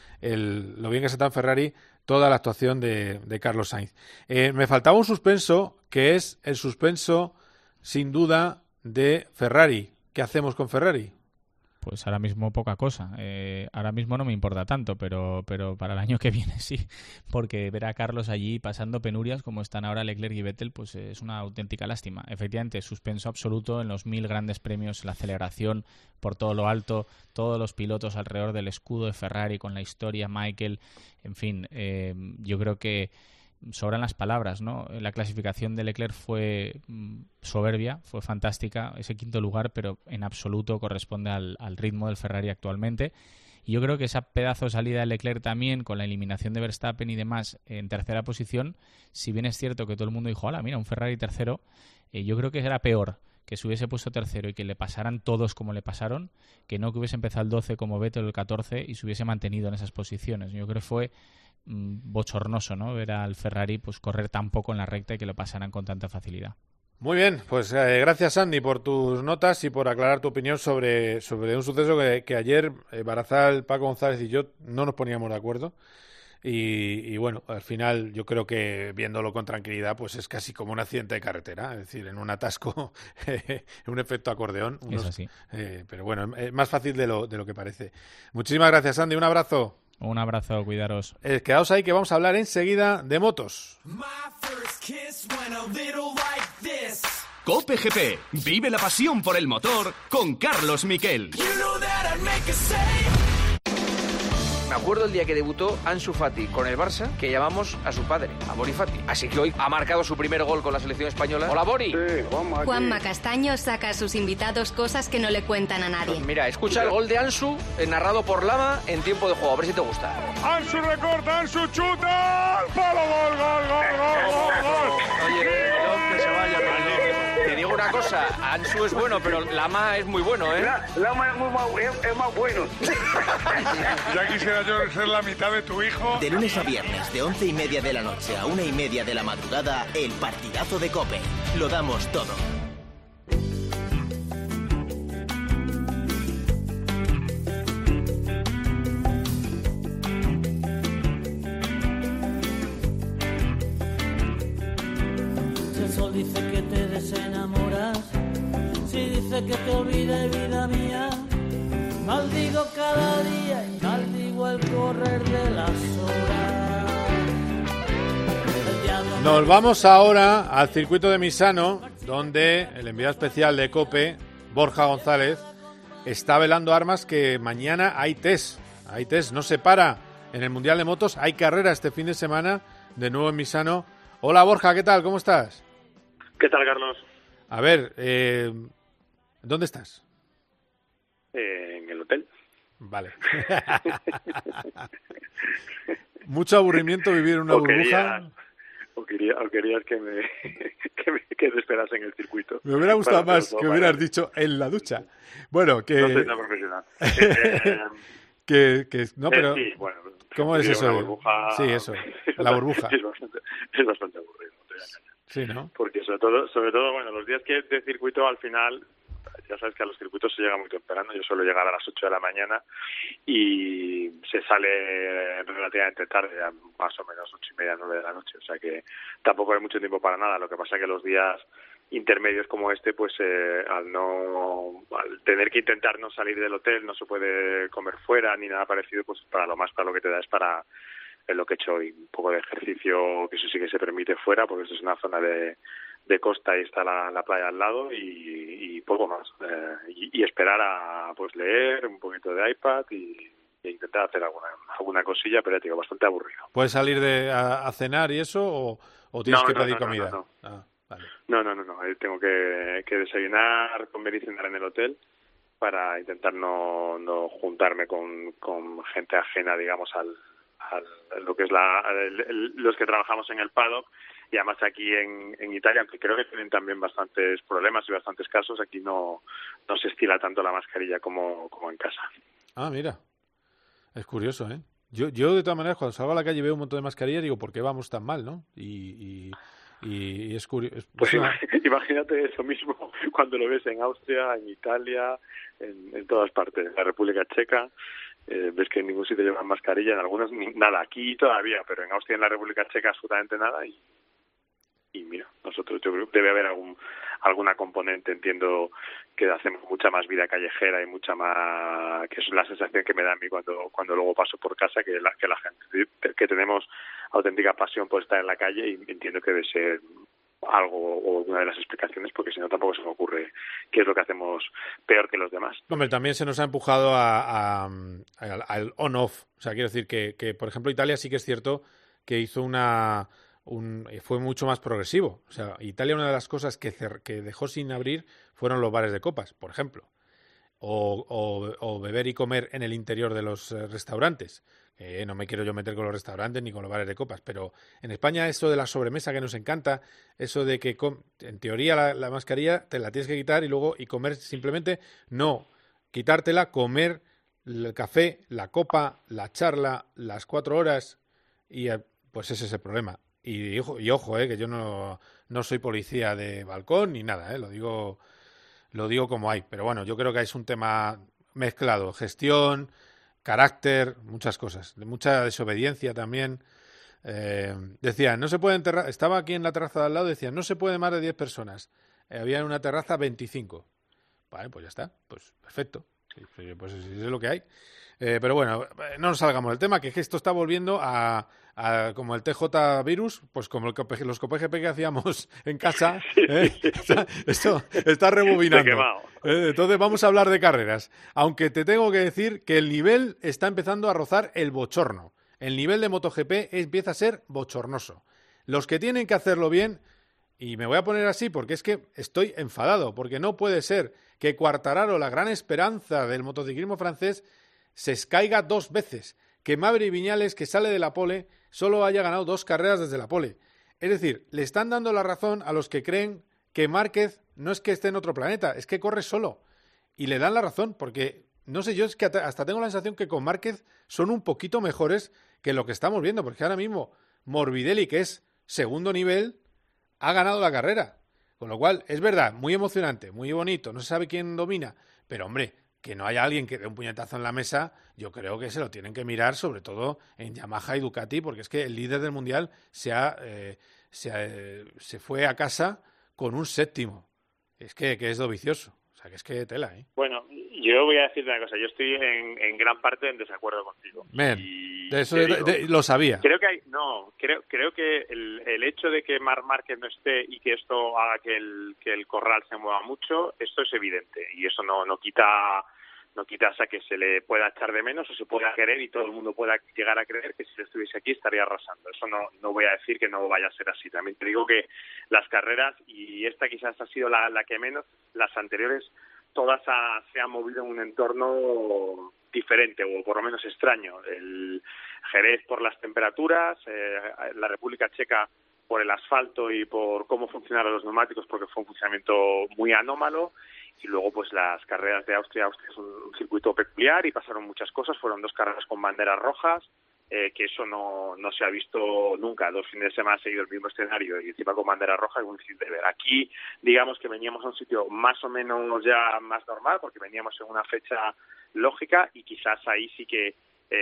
Lo bien que se está en Ferrari toda la actuación de Carlos Sainz. Me faltaba un suspenso, que es el suspenso, sin duda, de Ferrari. ¿Qué hacemos con Ferrari? Pues ahora mismo poca cosa. Ahora mismo no me importa tanto, pero para el año que viene sí, porque ver a Carlos allí pasando penurias como están ahora Leclerc y Vettel, pues es una auténtica lástima. Efectivamente, suspenso absoluto en los 1000 grandes premios, la celebración por todo lo alto, todos los pilotos alrededor del escudo de Ferrari con la historia, Michael, en fin, yo creo que sobran las palabras, ¿no? La clasificación de Leclerc fue soberbia, fue fantástica, ese quinto lugar, pero en absoluto corresponde al ritmo del Ferrari actualmente. Y yo creo que esa pedazo de salida de Leclerc también, con la eliminación de Verstappen y demás, en tercera posición, si bien es cierto que todo el mundo dijo, hola, mira, un Ferrari tercero, yo creo que era peor que se hubiese puesto tercero y que le pasaran todos como le pasaron, que no que hubiese empezado el 12 como Vettel o el 14 y se hubiese mantenido en esas posiciones. Yo creo que fue bochornoso, ¿no? Ver al Ferrari pues correr tan poco en la recta y que lo pasaran con tanta facilidad. Muy bien, pues gracias Andy por tus notas y por aclarar tu opinión sobre un suceso que ayer Barazal, Paco González y yo no nos poníamos de acuerdo y bueno, al final yo creo que viéndolo con tranquilidad pues es casi como un accidente de carretera, es decir, en un atasco, un efecto acordeón. Es así. Pero bueno, es más fácil de lo que parece. Muchísimas gracias Andy, un abrazo. Un abrazo, cuidaros. Quedaos ahí que vamos a hablar enseguida de motos. COPE GP. Vive la pasión por el motor con Carlos Miquel. Me acuerdo el día que debutó Ansu Fati con el Barça, que llamamos a su padre, a Bori Fati. Así que hoy ha marcado su primer gol con la selección española. ¡Hola, Bori! Sí, Juanma Castaño saca a sus invitados cosas que no le cuentan a nadie. Pues mira, escucha el gol de Ansu, narrado por Lama, en tiempo de juego. A ver si te gusta. Ansu recorta, Ansu chuta, al palo, gol. Oye, que se vaya, te digo una cosa, Ansu es bueno, pero Lama es muy bueno, ¿eh? Lama es más bueno. Ya quisiera yo ser la mitad de tu hijo. De lunes a viernes, de 11:30 de la noche a 1:30 de la madrugada, el partidazo de COPE. Lo damos todo. Si el sol dice que te desenamoras, si dice que te olvide, vida mía, maldigo cada día y maldigo el correr de las horas. Nos vamos ahora al circuito de Misano, donde el enviado especial de COPE, Borja González, está velando armas que mañana hay test. No se para en el Mundial de Motos, hay carrera este fin de semana, de nuevo en Misano. Hola Borja, ¿qué tal? ¿Cómo estás? ¿Qué tal, Carlos? A ver, ¿dónde estás? En el hotel. Vale. ¿Mucho aburrimiento vivir en una burbuja? ¿O querías que me esperase en el circuito? Me hubiera gustado más que hubieras dicho en la ducha. Bueno, que... No soy tan profesional. No, pero... Sí, bueno, ¿cómo es eso? Burbuja, sí, eso. La burbuja. Es bastante aburrido, no te voy a engañar. Sí, ¿no? Porque sobre todo, bueno, los días que de circuito al final... Ya sabes que a los circuitos se llega muy temprano, yo suelo llegar a las 8 de la mañana y se sale relativamente tarde, más o menos 8:30, 9 de la noche, o sea que tampoco hay mucho tiempo para nada. Lo que pasa es que los días intermedios como este, pues al tener que intentar no salir del hotel, no se puede comer fuera ni nada parecido, pues para lo que te da es para lo que he hecho hoy, un poco de ejercicio, que eso sí que se permite fuera, porque eso es una zona de de costa y está la playa al lado y poco más. Y esperar a pues leer un poquito de iPad e intentar hacer alguna cosilla, pero ya te digo, bastante aburrido. ¿Puedes salir a cenar y eso o tienes que pedir comida? No. Ah, vale. No. Tengo que desayunar, comer y cenar en el hotel para intentar no juntarme con gente ajena, digamos, al lo que es los que trabajamos en el paddock. Y además aquí en Italia, aunque creo que tienen también bastantes problemas y bastantes casos, aquí no se estila tanto la mascarilla como en casa. Ah, mira. Es curioso, ¿eh? Yo de todas maneras, cuando salgo a la calle y veo un montón de mascarillas, digo, ¿por qué vamos tan mal, no? Y es curioso. Pues imagínate eso mismo cuando lo ves en Austria, en Italia, en todas partes. En la República Checa, ves que en ningún sitio llevan mascarilla, en algunos nada. Aquí todavía, pero en Austria y en la República Checa absolutamente nada. Y mira, nosotros yo creo que debe haber alguna componente, entiendo que hacemos mucha más vida callejera y mucha más, que es la sensación que me da a mí cuando luego paso por casa, que la gente, que tenemos auténtica pasión por estar en la calle, y entiendo que debe ser algo o una de las explicaciones, porque si no tampoco se me ocurre qué es lo que hacemos peor que los demás. Hombre, también se nos ha empujado al on-off. O sea, quiero decir que, por ejemplo, Italia sí que es cierto que hizo fue mucho más progresivo. O sea, Italia, una de las cosas que dejó sin abrir fueron los bares de copas, por ejemplo. O beber y comer en el interior de los restaurantes. No me quiero yo meter con los restaurantes ni con los bares de copas, pero en España eso de la sobremesa que nos encanta, eso de que en teoría la mascarilla te la tienes que quitar y comer simplemente, no, quitártela, comer el café, la copa, la charla, las 4 horas, y pues ese es el problema. Y ojo, que yo no soy policía de balcón ni nada, lo digo como hay. Pero bueno, yo creo que es un tema mezclado. Gestión, carácter, muchas cosas. Mucha desobediencia también. Decían, no se puede enterrar. Estaba aquí en la terraza de al lado, decían, no se puede más de 10 personas. Había en una terraza 25. Vale, pues ya está. Pues perfecto. Pues es lo que hay. Pero bueno, no nos salgamos del tema, que esto está volviendo a como el TJ virus, pues como los COPGP que hacíamos en casa. Esto está rebobinando. Entonces vamos a hablar de carreras. Aunque te tengo que decir que el nivel está empezando a rozar el bochorno. El nivel de MotoGP empieza a ser bochornoso. Los que tienen que hacerlo bien, y me voy a poner así porque es que estoy enfadado, porque no puede ser que Quartararo, la gran esperanza del motociclismo francés, se caiga 2 veces, que Maverick Viñales, que sale de la pole, solo haya ganado 2 carreras desde la pole. Es decir, le están dando la razón a los que creen que Márquez no es que esté en otro planeta, es que corre solo. Y le dan la razón, porque, no sé, yo es que hasta tengo la sensación que con Márquez son un poquito mejores que lo que estamos viendo, porque ahora mismo Morbidelli, que es segundo nivel, ha ganado la carrera. Con lo cual, es verdad, muy emocionante, muy bonito, no se sabe quién domina, pero hombre, que no haya alguien que dé un puñetazo en la mesa, yo creo que se lo tienen que mirar, sobre todo en Yamaha y Ducati, porque es que el líder del Mundial se fue a casa con un 7º. Es que es vicioso. O sea, que es que tela, ¿eh? Bueno, yo voy a decir una cosa. Yo estoy en gran parte en desacuerdo contigo. Eso lo sabía. Creo que el hecho de que Marc Márquez no esté y que esto haga que el corral se mueva mucho, esto es evidente. Y eso no quita a que se le pueda echar de menos o se pueda querer y todo el mundo pueda llegar a creer que si él estuviese aquí estaría arrasando. Eso no voy a decir que no vaya a ser así. También te digo que las carreras, y esta quizás ha sido la que menos, las anteriores todas se han movido en un entorno diferente o por lo menos extraño. El Jerez por las temperaturas, la República Checa por el asfalto y por cómo funcionaron los neumáticos, porque fue un funcionamiento muy anómalo. Y luego pues las carreras de Austria es un circuito peculiar y pasaron muchas cosas. Fueron 2 carreras con banderas rojas, que eso no se ha visto nunca. 2 fines de semana seguido el mismo escenario y encima con banderas rojas. De ver. Aquí digamos que veníamos a un sitio más o menos ya más normal, porque veníamos en una fecha lógica, y quizás ahí sí que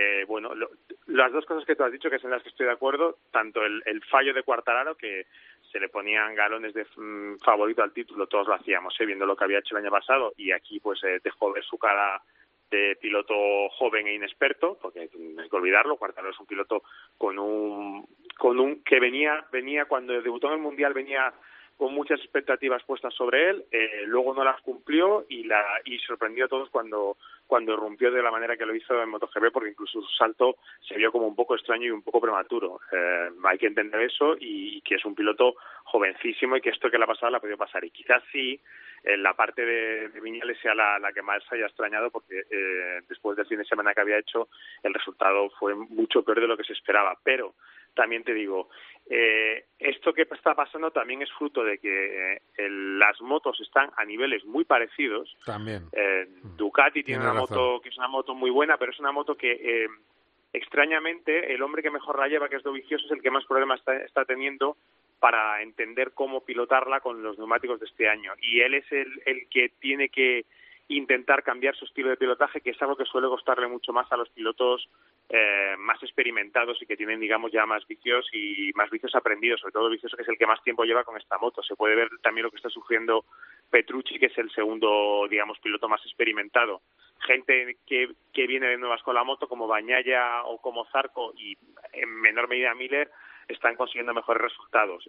las 2 cosas que tú has dicho, que son las que estoy de acuerdo, tanto el fallo de Quartararo, que se le ponían galones de favorito al título, todos lo hacíamos, viendo lo que había hecho el año pasado, y aquí pues dejó ver su cara de piloto joven e inexperto, porque no hay que olvidarlo. Quartararo es un piloto con un que venía cuando debutó en el Mundial, venía con muchas expectativas puestas sobre él, luego no las cumplió y sorprendió a todos cuando irrumpió de la manera que lo hizo en MotoGP, porque incluso su salto se vio como un poco extraño y un poco prematuro. Hay que entender eso y que es un piloto jovencísimo y que esto que le ha pasado le ha podido pasar. Y quizás sí, la parte de Viñales sea la que más haya extrañado, porque después del fin de semana que había hecho, el resultado fue mucho peor de lo que se esperaba. Pero también te digo, esto que está pasando también es fruto de que las motos están a niveles muy parecidos. También. Ducati tiene una moto que es una moto muy buena, pero es una moto que extrañamente el hombre que mejor la lleva, que es Dovizioso, es el que más problemas está teniendo para entender cómo pilotarla con los neumáticos de este año. Y él es el que tiene que intentar cambiar su estilo de pilotaje, que es algo que suele costarle mucho más a los pilotos más experimentados y que tienen, digamos, ya más vicios aprendidos, sobre todo Vicioso, que es el que más tiempo lleva con esta moto. Se puede ver también lo que está sufriendo Petrucci, que es el segundo, digamos, piloto más experimentado. Gente que viene de nuevas con la moto, como Bagnaia o como Zarco, y en menor medida Miller, están consiguiendo mejores resultados.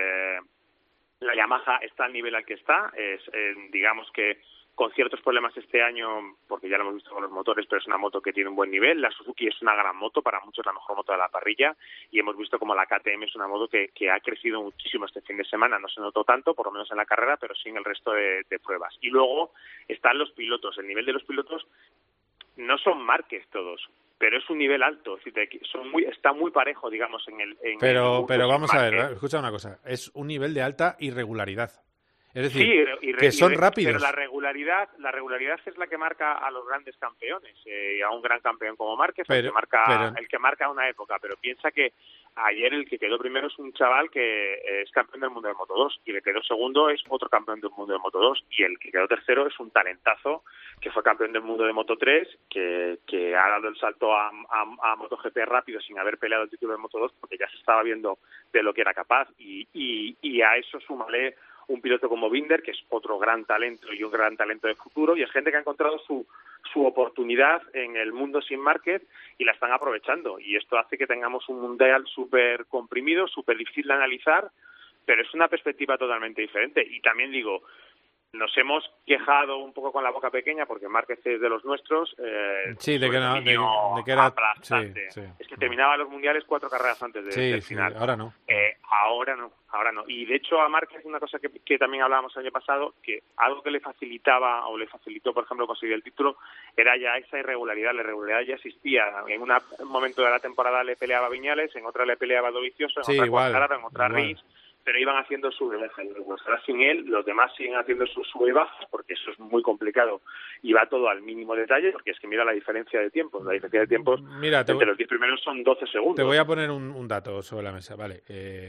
La Yamaha está al nivel al que está, digamos que con ciertos problemas este año, porque ya lo hemos visto con los motores, pero es una moto que tiene un buen nivel. La Suzuki es una gran moto, para muchos la mejor moto de la parrilla, y hemos visto como la KTM es una moto que ha crecido muchísimo este fin de semana. No se notó tanto, por lo menos en la carrera, pero sí en el resto de pruebas. Y luego están los pilotos. El nivel de los pilotos no son Márquez todos, pero es un nivel alto, es decir, está muy parejo, digamos, pero vamos a ver, escucha una cosa, es un nivel de alta irregularidad. Es decir, que son rápidos. Pero la regularidad es la que marca a los grandes campeones, a un gran campeón como Márquez, el que marca una época. Pero piensa que ayer el que quedó primero es un chaval que es campeón del mundo de Moto2, y el que quedó segundo es otro campeón del mundo de Moto2, y el que quedó tercero es un talentazo que fue campeón del mundo de Moto3, que ha dado el salto a MotoGP rápido sin haber peleado el título de Moto2, porque ya se estaba viendo de lo que era capaz, y a eso súmale un piloto como Binder, que es otro gran talento y un gran talento de futuro, y es gente que ha encontrado su oportunidad en el mundo sin Márquez y la están aprovechando, y esto hace que tengamos un mundial súper comprimido, súper difícil de analizar, pero es una perspectiva totalmente diferente. Y también digo, nos hemos quejado un poco con la boca pequeña porque Márquez es de los nuestros. Sí, de que era aplastante. Sí. Es que terminaba los mundiales 4 carreras antes del final. Ahora no. Ahora no. Y de hecho a Márquez, una cosa que también hablábamos el año pasado, que algo que le facilitaba o le facilitó, por ejemplo, conseguir el título, era ya esa irregularidad. La irregularidad ya existía. En un momento de la temporada le peleaba Viñales, en otra le peleaba Dovizioso, en otra Quartararo, en otra Rins, pero iban haciendo sube y baja. Ahora sin él, los demás siguen haciendo sus sube y bajas, porque eso es muy complicado y va todo al mínimo detalle, porque es que mira la diferencia de tiempos. La diferencia de tiempos entre los 10 primeros son 12 segundos. Te voy a poner un dato sobre la mesa, ¿vale?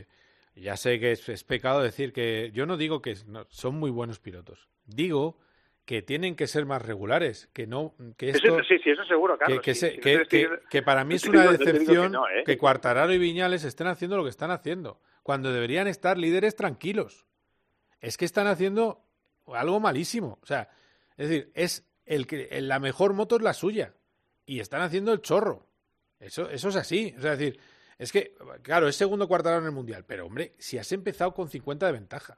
Ya sé que es pecado decir que... Yo no digo que son muy buenos pilotos. Digo que tienen que ser más regulares, que no... que esto, sí, eso seguro, Carlos. Que para mí es una decepción que Quartararo y Viñales estén haciendo lo que están haciendo, cuando deberían estar líderes tranquilos. Es que están haciendo algo malísimo. O sea, es decir, la mejor moto es la suya y están haciendo el chorro. Eso es así. O sea, es decir, es que, claro, es segundo Quartararo en el Mundial, pero hombre, si has empezado con 50 de ventaja.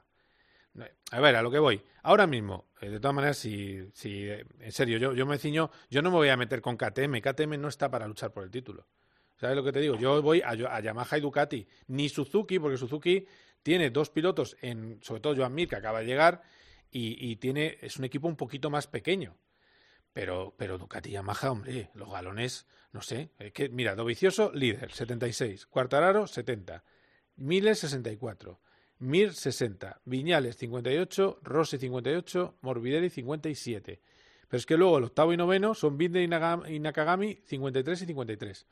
A ver, a lo que voy. Ahora mismo, de todas maneras, si en serio, yo me ciño, yo no me voy a meter con KTM. KTM no está para luchar por el título. ¿Sabes lo que te digo? Yo voy a Yamaha y Ducati, ni Suzuki, porque Suzuki tiene 2 pilotos, sobre todo Joan Mir, que acaba de llegar, y es un equipo un poquito más pequeño. Pero Ducati y Yamaha, hombre, los galones, no sé. Mira, Dovizioso, líder, 76. Quartararo, 70. Miller, 64. Mir, 60. Viñales, 58. Rossi, 58. Morbidelli, 57. Pero es que luego el octavo y noveno son Binder y Nakagami, 53 y 53.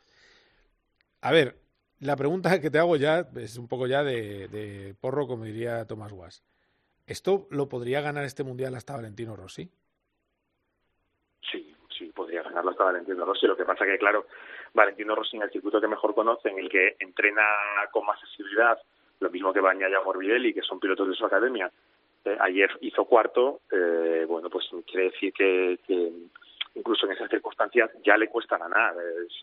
A ver, la pregunta que te hago ya es un poco ya de porro, como diría Thomas Was. ¿Esto lo podría ganar este Mundial hasta Valentino Rossi? Sí, podría ganarlo hasta Valentino Rossi. Lo que pasa que, claro, Valentino Rossi en el circuito que mejor conoce, en el que entrena con más asiduidad, lo mismo que Bagnaia y Morbidelli, que son pilotos de su academia, ayer hizo cuarto, bueno, pues quiere decir que incluso en esas circunstancias ya le cuesta ganar.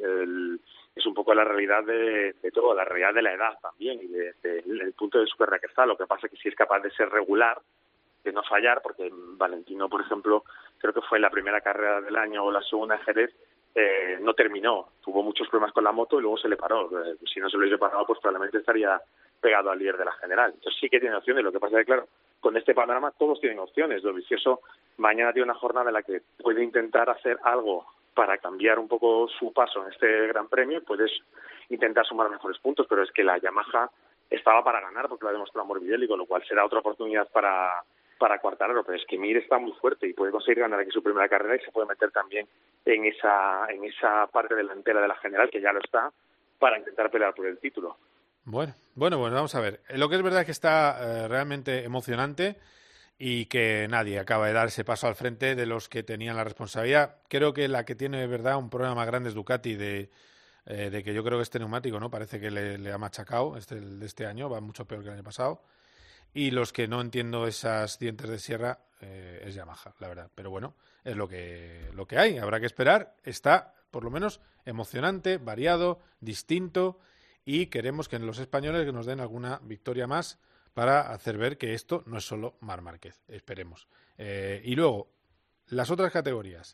Es un poco la realidad de todo, la realidad de la edad también y del punto de su carrera que está. Lo que pasa es que si es capaz de ser regular, de no fallar, porque Valentino, por ejemplo, creo que fue la primera carrera del año o la segunda en Jerez, no terminó, tuvo muchos problemas con la moto y luego se le paró. Si no se lo hubiese parado, pues probablemente estaría pegado al líder de la general. Entonces sí que tiene opciones. Lo que pasa es que, claro, con este panorama todos tienen opciones. Dovizioso mañana tiene una jornada en la que puede intentar hacer algo para cambiar un poco su paso en este Gran Premio. Puedes intentar sumar mejores puntos, pero es que la Yamaha estaba para ganar porque lo ha demostrado Morbidelli, con lo cual será otra oportunidad para Quartararo, pero es que Mir está muy fuerte y puede conseguir ganar aquí su primera carrera y se puede meter también en esa parte delantera de la general, que ya lo está, para intentar pelear por el título. Bueno, vamos a ver. Lo que es verdad es que está realmente emocionante y que nadie acaba de dar ese paso al frente de los que tenían la responsabilidad. Creo que la que tiene de verdad un problema más grande es Ducati de que yo creo que este neumático, ¿no? Parece que le ha machacado el de este año, va mucho peor que el año pasado. Y los que no entiendo esas dientes de sierra es Yamaha, la verdad. Pero bueno, es lo que hay. Habrá que esperar. Está, por lo menos, emocionante, variado, distinto. Y queremos que en los españoles que nos den alguna victoria más para hacer ver que esto no es solo Marc Márquez. Esperemos. Y luego, las otras categorías.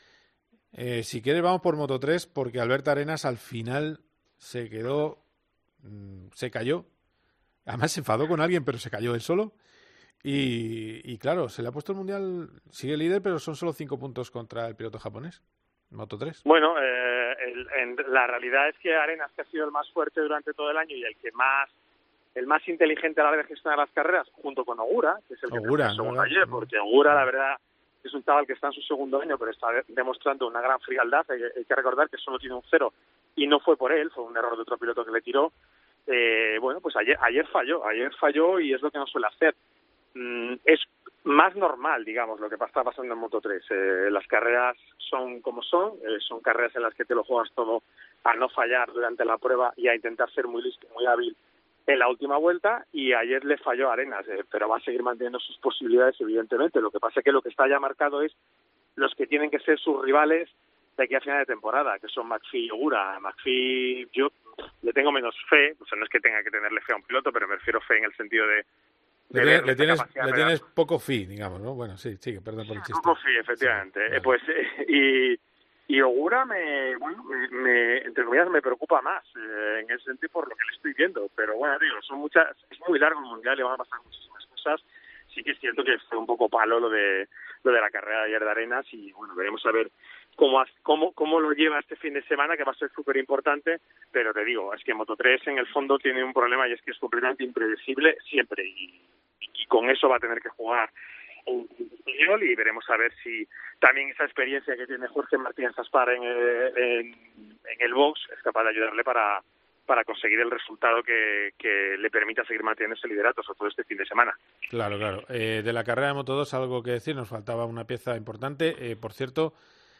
Si quieres, vamos por Moto3, porque Alberto Arenas al final se cayó. Además se enfadó con alguien, pero se cayó él solo. Y claro, se le ha puesto el Mundial, sigue líder, pero son solo 5 puntos contra el piloto japonés, Moto3. Bueno, la realidad es que Arenas, que ha sido el más fuerte durante todo el año y el más inteligente a la hora de gestionar las carreras, junto con Ogura, que es el que segundo ayer, porque Ogura, la verdad, es un chaval que está en su segundo año, pero está demostrando una gran frialdad. Hay que recordar que solo tiene un 0 y no fue por él, fue un error de otro piloto que le tiró. Bueno, pues ayer falló y es lo que no suele hacer. Es más normal, digamos, lo que está pasando en Moto3. Las carreras son como son carreras en las que te lo juegas todo a no fallar durante la prueba y a intentar ser muy listo, muy hábil en la última vuelta, y ayer le falló a Arenas, pero va a seguir manteniendo sus posibilidades, evidentemente. Lo que pasa es que lo que está ya marcado es los que tienen que ser sus rivales de aquí a final de temporada, que son McPhee y Ogura. McPhee, yo le tengo menos fe, o sea, no es que tenga que tenerle fe a un piloto, pero me refiero fe en el sentido de le tienes poco fe, digamos, ¿no? Bueno, sí, perdón por el chiste. Poco fe, efectivamente. Sí, vale. Y Ogura entre comillas, me preocupa más en ese sentido por lo que le estoy viendo. Pero bueno, digo, es muy largo el Mundial y van a pasar muchísimas cosas. Sí que es cierto que fue un poco palo lo de la carrera de ayer de Arenas, y bueno, veremos a ver cómo lo lleva este fin de semana, que va a ser súper importante. Pero te digo, es que Moto3 en el fondo tiene un problema, y es que es completamente impredecible siempre, y con eso va a tener que jugar en español, y veremos a ver si también esa experiencia que tiene Jorge Martínez Aspar en el box es capaz de ayudarle para conseguir el resultado que le permita seguir manteniendo ese liderato, sobre todo este fin de semana. Claro. De la carrera de Moto2 algo que decir, nos faltaba una pieza importante. Por cierto,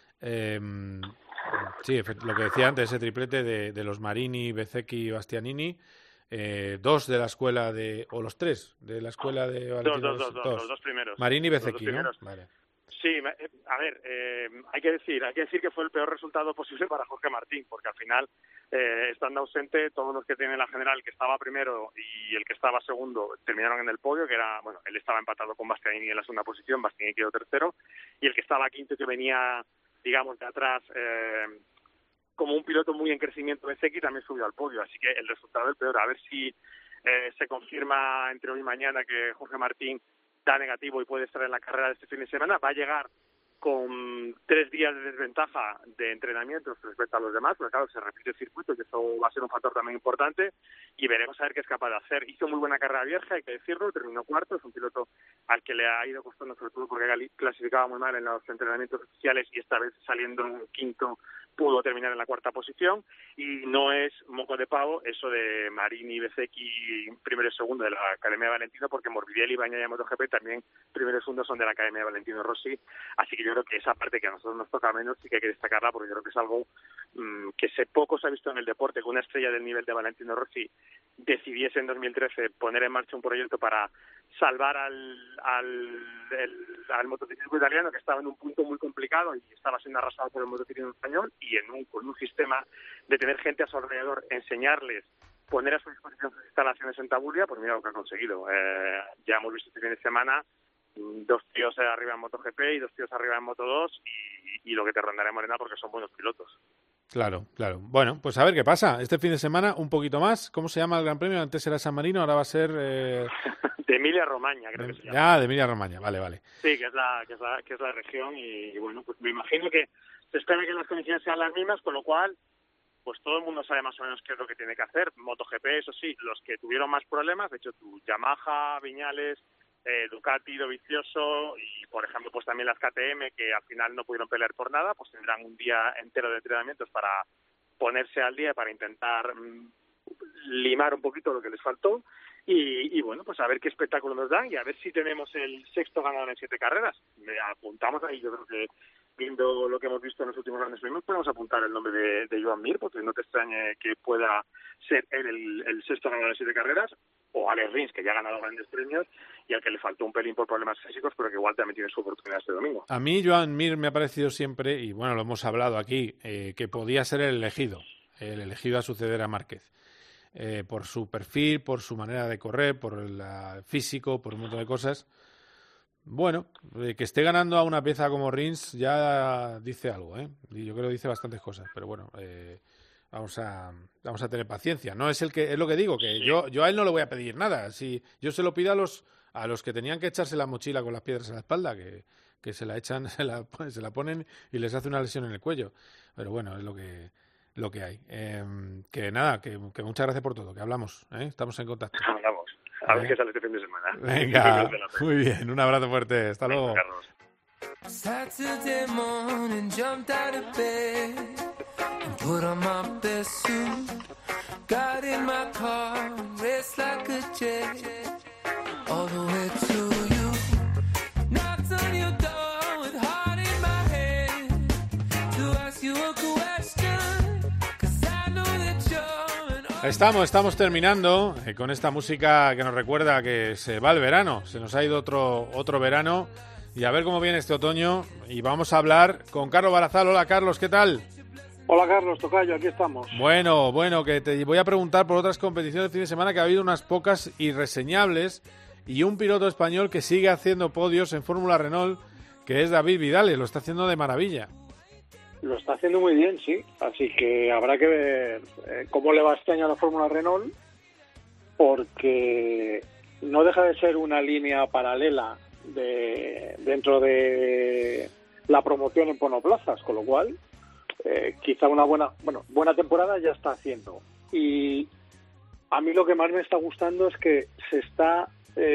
sí, lo que decía antes, ese triplete de los Marini, Bezzecchi y Bastianini, 2 de la escuela o los 3 de la escuela de Valentino. Los dos primeros. Marini y Bezzecchi, ¿no? Vale. Sí, a ver, hay que decir que fue el peor resultado posible para Jorge Martín, porque al final, estando ausente, todos los que tienen la general, el que estaba primero y el que estaba segundo, terminaron en el podio, que era, bueno, él estaba empatado con Bastianini en la segunda posición, Bastianini quedó tercero, y el que estaba quinto, que venía, digamos, de atrás, como un piloto muy en crecimiento, Bezzecchi, también subió al podio. Así que el resultado es el peor. A ver si se confirma entre hoy y mañana que Jorge Martín da negativo y puede estar en la carrera de este fin de semana. Va a llegar con 3 días de desventaja de entrenamiento respecto a los demás, porque claro, se repite el circuito, que eso va a ser un factor también importante, y veremos a ver qué es capaz de hacer. Hizo muy buena carrera vieja, hay que decirlo, terminó cuarto, es un piloto al que le ha ido costando, sobre todo porque clasificaba muy mal en los entrenamientos oficiales, y esta vez saliendo en quinto pudo terminar en la cuarta posición, y no es moco de pavo eso de Marini y Bezzecchi primero y segundo de la Academia de Valentino, porque Morbidelli y Bagnaia MotoGP también primero y segundo son de la Academia de Valentino Rossi. Así que yo creo que esa parte que a nosotros nos toca menos sí que hay que destacarla, porque yo creo que es algo que poco se ha visto en el deporte, que una estrella del nivel de Valentino Rossi decidiese en 2013 poner en marcha un proyecto para salvar al motociclismo italiano, que estaba en un punto muy complicado y estaba siendo arrasado por el motociclismo español, y con un sistema de tener gente a su alrededor, enseñarles, poner a su disposición sus instalaciones en Tabulia, pues mira lo que ha conseguido. Ya hemos visto este fin de semana 2 tíos arriba en MotoGP y 2 tíos arriba en Moto2 y lo que te rondará en Morena porque son buenos pilotos. Claro. Bueno, pues a ver qué pasa. Este fin de semana, un poquito más. ¿Cómo se llama el Gran Premio? Antes era San Marino, ahora va a ser... De Emilia-Romagna, creo que se llama. Ah, de Emilia-Romagna, vale. Sí, que es la región y bueno, pues me imagino que se espera que las condiciones sean las mismas, con lo cual pues todo el mundo sabe más o menos qué es lo que tiene que hacer. MotoGP, eso sí, los que tuvieron más problemas, de hecho, Yamaha, Viñales, Ducati, Dovizioso y, por ejemplo, pues también las KTM, que al final no pudieron pelear por nada, pues tendrán un día entero de entrenamientos para ponerse al día, para intentar limar un poquito lo que les faltó y bueno, pues a ver qué espectáculo nos dan y a ver si tenemos el 6º ganador en 7 carreras. Me apuntamos ahí, yo creo que viendo lo que hemos visto en los últimos grandes premios, podemos apuntar el nombre de Joan Mir, porque no te extrañe que pueda ser él el 6º ganador en 7 carreras, o Alex Rins, que ya ha ganado grandes premios y al que le faltó un pelín por problemas físicos, pero que igual también tiene su oportunidad este domingo. A mí Joan Mir me ha parecido siempre, y bueno, lo hemos hablado aquí, que podía ser el elegido a suceder a Márquez. Por su perfil, por su manera de correr, por el físico, por un montón de cosas. Bueno, que esté ganando a una pieza como Rins ya dice algo, y yo creo que dice bastantes cosas, pero bueno, vamos a tener paciencia. No es lo que digo, que sí. Yo a él no le voy a pedir nada. Si yo se lo pido a los que tenían que echarse la mochila con las piedras a la espalda, que se la echan, se la ponen y les hace una lesión en el cuello. Pero bueno, es lo que hay. Que nada, que muchas gracias por todo, que hablamos, estamos en contacto. Hablamos. A ver qué sale este fin de semana. Venga, muy bien, un abrazo fuerte, hasta luego. Carlos. Saturday morning, jumped out of bed and put on my best suit. Got in my car, raced like a jet all the way to you. Knocked on your door with heart in my head to ask you a question, 'cause I know that you're Estamos terminando con esta música que nos recuerda que se va el verano, se nos ha ido otro verano. Y a ver cómo viene este otoño. Y vamos a hablar con Carlos Barazal. Hola, Carlos, ¿qué tal? Hola, Carlos, tocayo, aquí estamos. Bueno, que te voy a preguntar por otras competiciones de fin de semana, que ha habido unas pocas irreseñables. Y un piloto español que sigue haciendo podios en Fórmula Renault, que es David Vidales. Lo está haciendo de maravilla. Lo está haciendo muy bien, sí. Así que habrá que ver cómo le va este año a la Fórmula Renault, porque no deja de ser una línea paralela dentro de la promoción en monoplazas, con lo cual quizá una buena temporada ya está haciendo. Y a mí lo que más me está gustando es que se está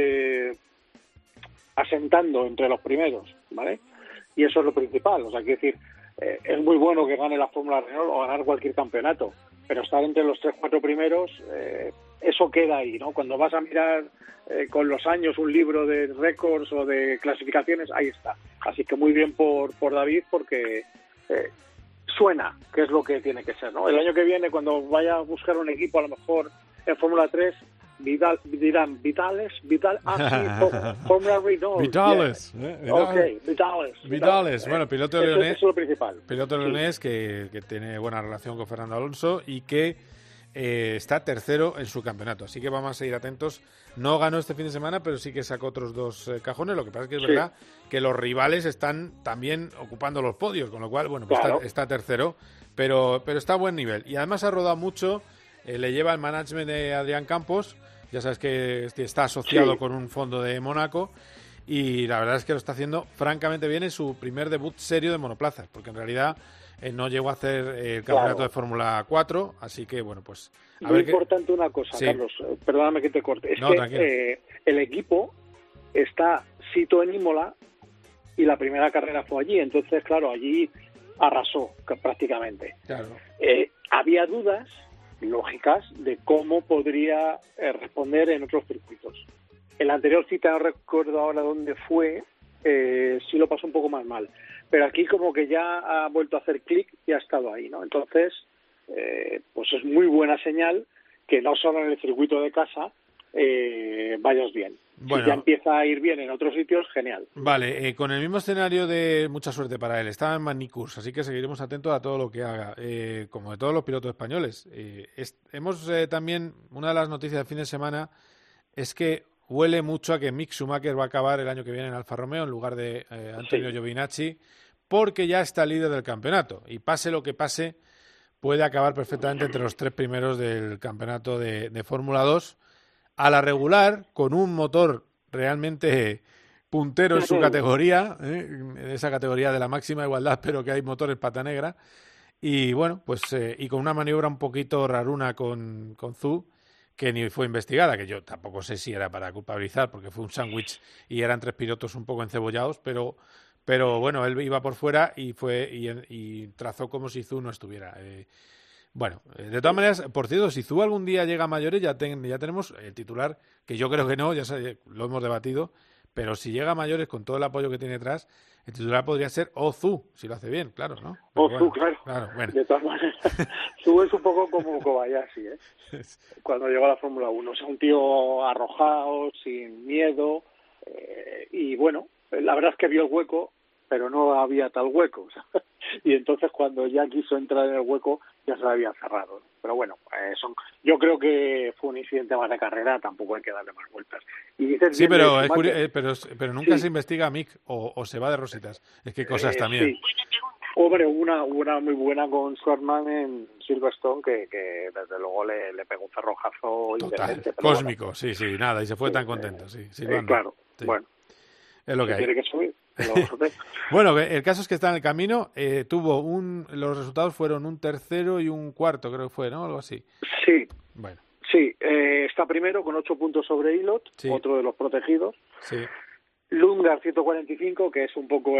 asentando entre los primeros, ¿vale? Y eso es lo principal. O sea, quiero decir, es muy bueno que gane la Fórmula Renault o ganar cualquier campeonato, pero estar entre los 3-4 primeros, eso queda ahí, ¿no? Cuando vas a mirar con los años un libro de récords o de clasificaciones, ahí está. Así que muy bien por David, porque suena que es lo que tiene que ser, ¿no? El año que viene, cuando vaya a buscar un equipo, a lo mejor en Fórmula 3, dirán Vitales, Fórmula Renault. Vitales. Vitales. Bueno, piloto leonés. Eso es lo principal. Piloto leonés que tiene buena relación con Fernando Alonso y que está tercero en su campeonato. Así que vamos a seguir atentos. No ganó este fin de semana, pero sí que sacó otros 2 cajones. Lo que pasa es que es verdad que los rivales están también ocupando los podios, con lo cual, bueno, pues claro, está tercero, pero está a buen nivel. Y además ha rodado mucho. Le lleva el management de Adrián Campos. Ya sabes que está asociado con un fondo de Mónaco. Y la verdad es que lo está haciendo francamente bien en su primer debut serio de monoplazas, porque en realidad no llegó a hacer el campeonato de Fórmula 4, así que bueno, pues... Muy importante una cosa, Carlos, perdóname que te corte, es que el equipo está sito en Imola y la primera carrera fue allí, entonces claro, allí arrasó prácticamente. Claro. Había dudas lógicas de cómo podría responder en otros circuitos. El anterior cita, no recuerdo ahora dónde fue, sí lo pasó un poco más mal. Pero aquí como que ya ha vuelto a hacer clic y ha estado ahí, ¿no? Entonces, pues es muy buena señal que no solo en el circuito de casa vayas bien. Bueno. Si ya empieza a ir bien en otros sitios, genial. Vale, con el mismo escenario de mucha suerte para él. Estaba en Manicurs, así que seguiremos atentos a todo lo que haga, como de todos los pilotos españoles. Hemos también, una de las noticias del fin de semana es que huele mucho a que Mick Schumacher va a acabar el año que viene en Alfa Romeo en lugar de Antonio Giovinazzi, porque ya está líder del campeonato. Y pase lo que pase, puede acabar perfectamente entre los 3 primeros del campeonato de Fórmula 2. A la regular, con un motor realmente puntero en su categoría, en esa categoría de la máxima igualdad, pero que hay motores pata negra. Y bueno, pues y con una maniobra un poquito raruna con Zhou, que ni fue investigada, que yo tampoco sé si era para culpabilizar, porque fue un sándwich y eran 3 pilotos un poco encebollados, pero bueno, él iba por fuera y trazó como si Zhou no estuviera. Bueno, de todas maneras, por cierto, si Zhou algún día llega a mayores, ya tenemos el titular, que yo creo que no, lo hemos debatido, pero si llega a mayores con todo el apoyo que tiene detrás, el titular podría ser Zhou, si lo hace bien, claro, ¿no? Zhou, claro. Bueno. De todas maneras, Zhou es un poco como Kobayashi, cuando llegó a la Fórmula 1. O sea, un tío arrojado, sin miedo, y bueno, la verdad es que vio el hueco, pero no había tal hueco, ¿sabes? Y entonces cuando ya quiso entrar en el hueco ya se lo había cerrado. Pero bueno, yo creo que fue un incidente más de carrera, tampoco hay que darle más vueltas. Y dices sí, pero, pero nunca se investiga a Mick o se va de rositas. Es que cosas también. Sí. Hombre, hubo una muy buena con Schwartzman en Silverstone que desde luego le pegó un cerrojazo total, cósmico, bueno. Sí, nada, y se fue tan contento, sí. Claro, sí. Bueno. Es lo que hay. Tiene que subir. Bueno, el caso es que está en el camino. Los resultados fueron un tercero y un cuarto, creo que fue, ¿no? Algo así. Sí. Bueno. Sí, está primero con 8 puntos sobre Ilott, otro de los protegidos. Sí. Lundgaard 145, que es un poco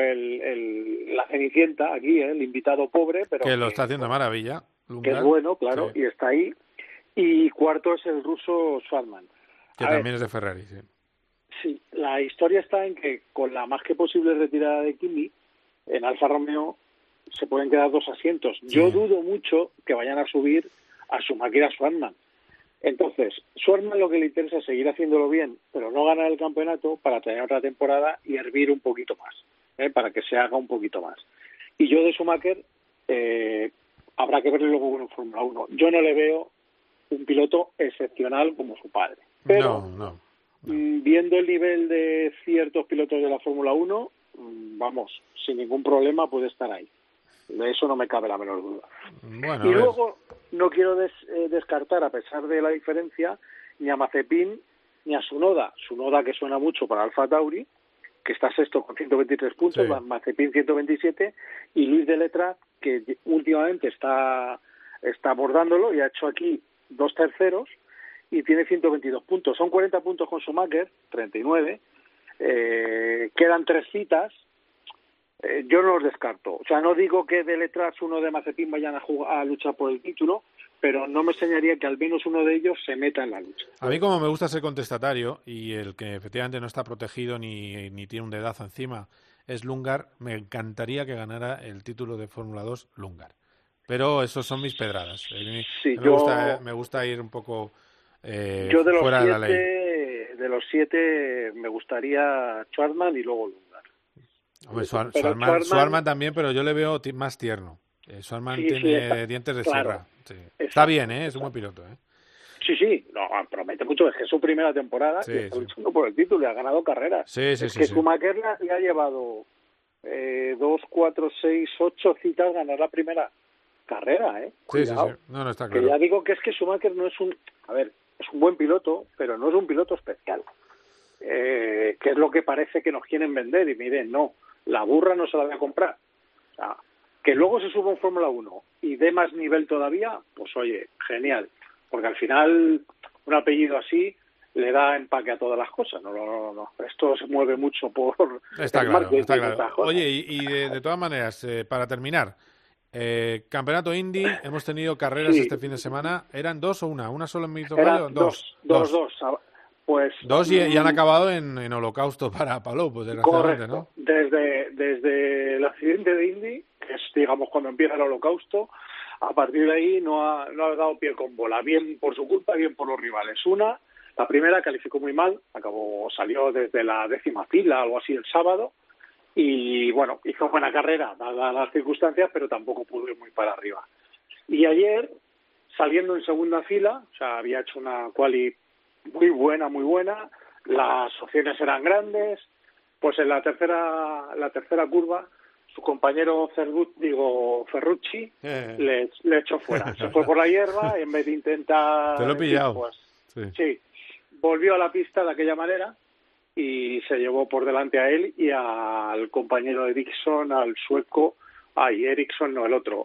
la cenicienta aquí, el invitado pobre, pero que lo está haciendo maravilla. Lundgaard, que es bueno, claro, y está ahí. Y cuarto es el ruso Schwartzman. Que también es de Ferrari, sí. Sí, la historia está en que con la más que posible retirada de Kimi, en Alfa Romeo se pueden quedar 2 asientos. Sí. Yo dudo mucho que vayan a subir a Schumacher a Schwartzman. Entonces, Schwartzman lo que le interesa es seguir haciéndolo bien, pero no ganar el campeonato para tener otra temporada y hervir un poquito más, para que se haga un poquito más. Y yo de Schumacher habrá que verlo luego en Fórmula 1. Yo no le veo un piloto excepcional como su padre. Pero no. Viendo el nivel de ciertos pilotos de la Fórmula 1, vamos, sin ningún problema puede estar ahí. De eso no me cabe la menor duda. Bueno, y luego no quiero descartar, a pesar de la diferencia, ni a Mazepin ni a Tsunoda. Tsunoda, que suena mucho para Alfa Tauri, que está sexto con 123 puntos, sí. Mazepin 127, y Luis de Letra, que últimamente está abordándolo y ha hecho aquí 2 terceros, y tiene 122 puntos. Son 40 puntos con Schumacher, 39. Quedan 3 citas. Yo no los descarto. O sea, no digo que de letras uno de Mazepin vayan a luchar por el título, pero no me extrañaría que al menos uno de ellos se meta en la lucha. A mí, como me gusta ser contestatario, y el que efectivamente no está protegido ni tiene un dedazo encima es Lundgaard, me encantaría que ganara el título de Fórmula 2 Lundgaard. Pero esos son mis pedradas. Sí, me gusta ir un poco... yo de los fuera 7, de la ley. De los 7 me gustaría Schwartzman y luego Lundgaard. Hombre, Schwartzman también, pero yo le veo más tierno. Schwartzman tiene dientes de sierra. Sí. Está bien, es un buen piloto. Sí, no, promete mucho. Es que es su primera temporada y está luchando por el título y ha ganado carreras. Schumacher le ha llevado 2, 4, 6, 8 citas ganar la primera carrera, Cuidado. Sí. No, está claro. Que ya digo que es que Schumacher no es un... A ver, es un buen piloto, pero no es un piloto especial. Que es lo que parece que nos quieren vender. Y miren, no, la burra no se la voy a comprar. O sea, que luego se suba en Fórmula 1 y dé más nivel todavía, pues oye, genial. Porque al final un apellido así le da empaque a todas las cosas. No. Esto se mueve mucho por... Está claro. Oye, y de todas maneras, para terminar... campeonato Indy, hemos tenido carreras este fin de semana. ¿Eran 2 o una? ¿Una solo en mi tocayo? Dos. Pues 2 y han acabado en holocausto para Palou, pues desgraciadamente, ¿no? Desde el accidente de Indy, que es, digamos, cuando empieza el holocausto, a partir de ahí no ha dado pie con bola, bien por su culpa, bien por los rivales. La primera calificó muy mal, salió desde la 10ª fila, algo así, el sábado, y bueno, hizo buena carrera, dadas las circunstancias, pero tampoco pudo ir muy para arriba. Y ayer, saliendo en segunda fila, o sea, había hecho una quali muy buena, las opciones eran grandes, pues en la tercera curva, su compañero Ferrucci le echó fuera. Se fue por la hierba, en vez de intentar... Te lo he pillado. Pues, sí, volvió a la pista de aquella manera y se llevó por delante a él y al compañero de Ericsson, al sueco... Ericsson no, el otro.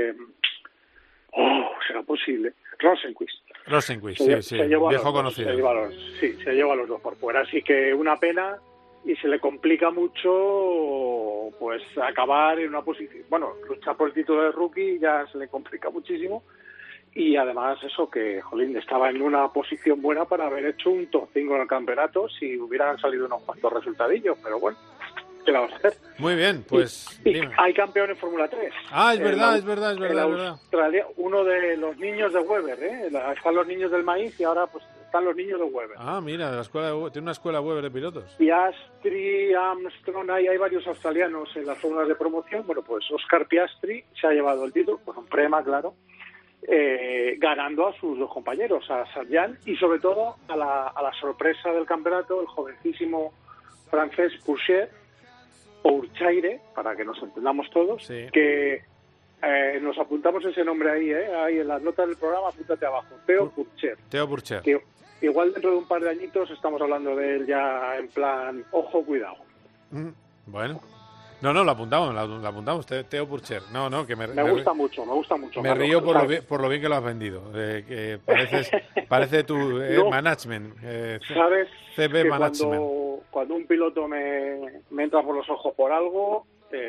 ¿Será posible? Rosenqvist, sí, viejo conocido. Se lleva a los dos por fuera, así que una pena, y se le complica mucho pues acabar en una posición, bueno, luchar por el título de rookie ya se le complica muchísimo, y además eso que, jolín, estaba en una posición buena para haber hecho un top 5 en el campeonato si hubieran salido unos cuantos resultadillos, pero bueno, ¿qué le vamos a hacer? Muy bien, pues... Y hay campeón en Fórmula 3. Es verdad. Australia, uno de los niños de Weber, están los niños del maíz y ahora pues están los niños de Weber. Mira, tiene una escuela Weber de pilotos. Piastri, Armstrong, hay varios australianos en las fórmulas de promoción. Bueno, pues Oscar Piastri se ha llevado el título, con un Prema, claro, ganando a sus dos compañeros, a Sargent y sobre todo a la sorpresa del campeonato, el jovencísimo francés Pourchaire, para que nos entendamos todos, que nos apuntamos ese nombre ahí en las notas del programa, apúntate abajo, Theo Pourchaire. Que igual dentro de un par de añitos estamos hablando de él ya en plan, ojo, cuidado. Bueno. No, lo apuntamos, Theo Pourchaire. No, que me gusta mucho. Me río por lo bien que lo has vendido. Que parece tu management. Sabes CB que Management. Cuando un piloto me entra por los ojos por algo,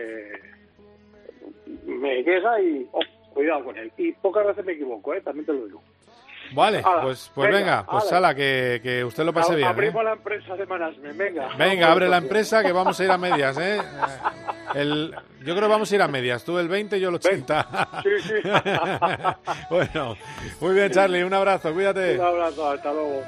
me llega y cuidado con él. Y pocas veces me equivoco, también te lo digo. Vale, pues venga, ala, que usted lo pase bien. Abrimos la empresa de management, venga. Venga, abre la empresa que vamos a ir a medias, yo creo que vamos a ir a medias, tú el 20 y yo el 80. Sí. Bueno, muy bien, Charlie, un abrazo, cuídate. Un abrazo, hasta luego.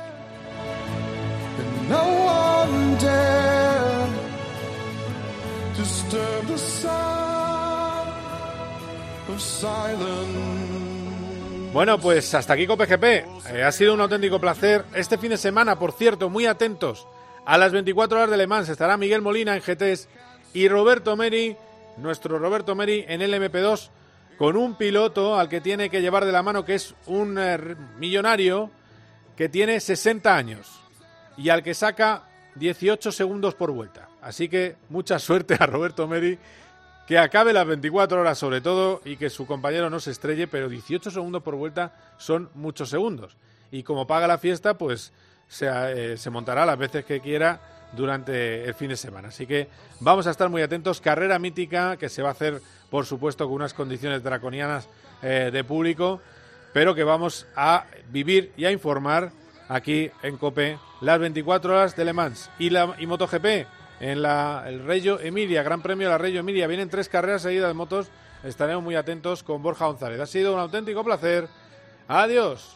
Bueno, pues hasta aquí Cope GP. Ha sido un auténtico placer. Este fin de semana, por cierto, muy atentos a las 24 horas de Le Mans. Estará Miguel Molina en GTs y nuestro Roberto Meri en el MP2, con un piloto al que tiene que llevar de la mano, que es un millonario que tiene 60 años y al que saca 18 segundos por vuelta. Así que mucha suerte a Roberto Meri, que acabe las 24 horas sobre todo y que su compañero no se estrelle, pero 18 segundos por vuelta son muchos segundos. Y como paga la fiesta, pues se montará las veces que quiera durante el fin de semana. Así que vamos a estar muy atentos. Carrera mítica que se va a hacer, por supuesto, con unas condiciones draconianas de público, pero que vamos a vivir y a informar aquí en COPE las 24 horas de Le Mans. Y MotoGP en el Reggio Emilia, Gran Premio de la Reggio Emilia. Vienen 3 carreras seguidas de motos. Estaremos muy atentos con Borja González. Ha sido un auténtico placer. Adiós.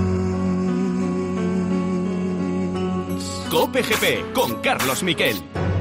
COPE GP con Carlos Miquel.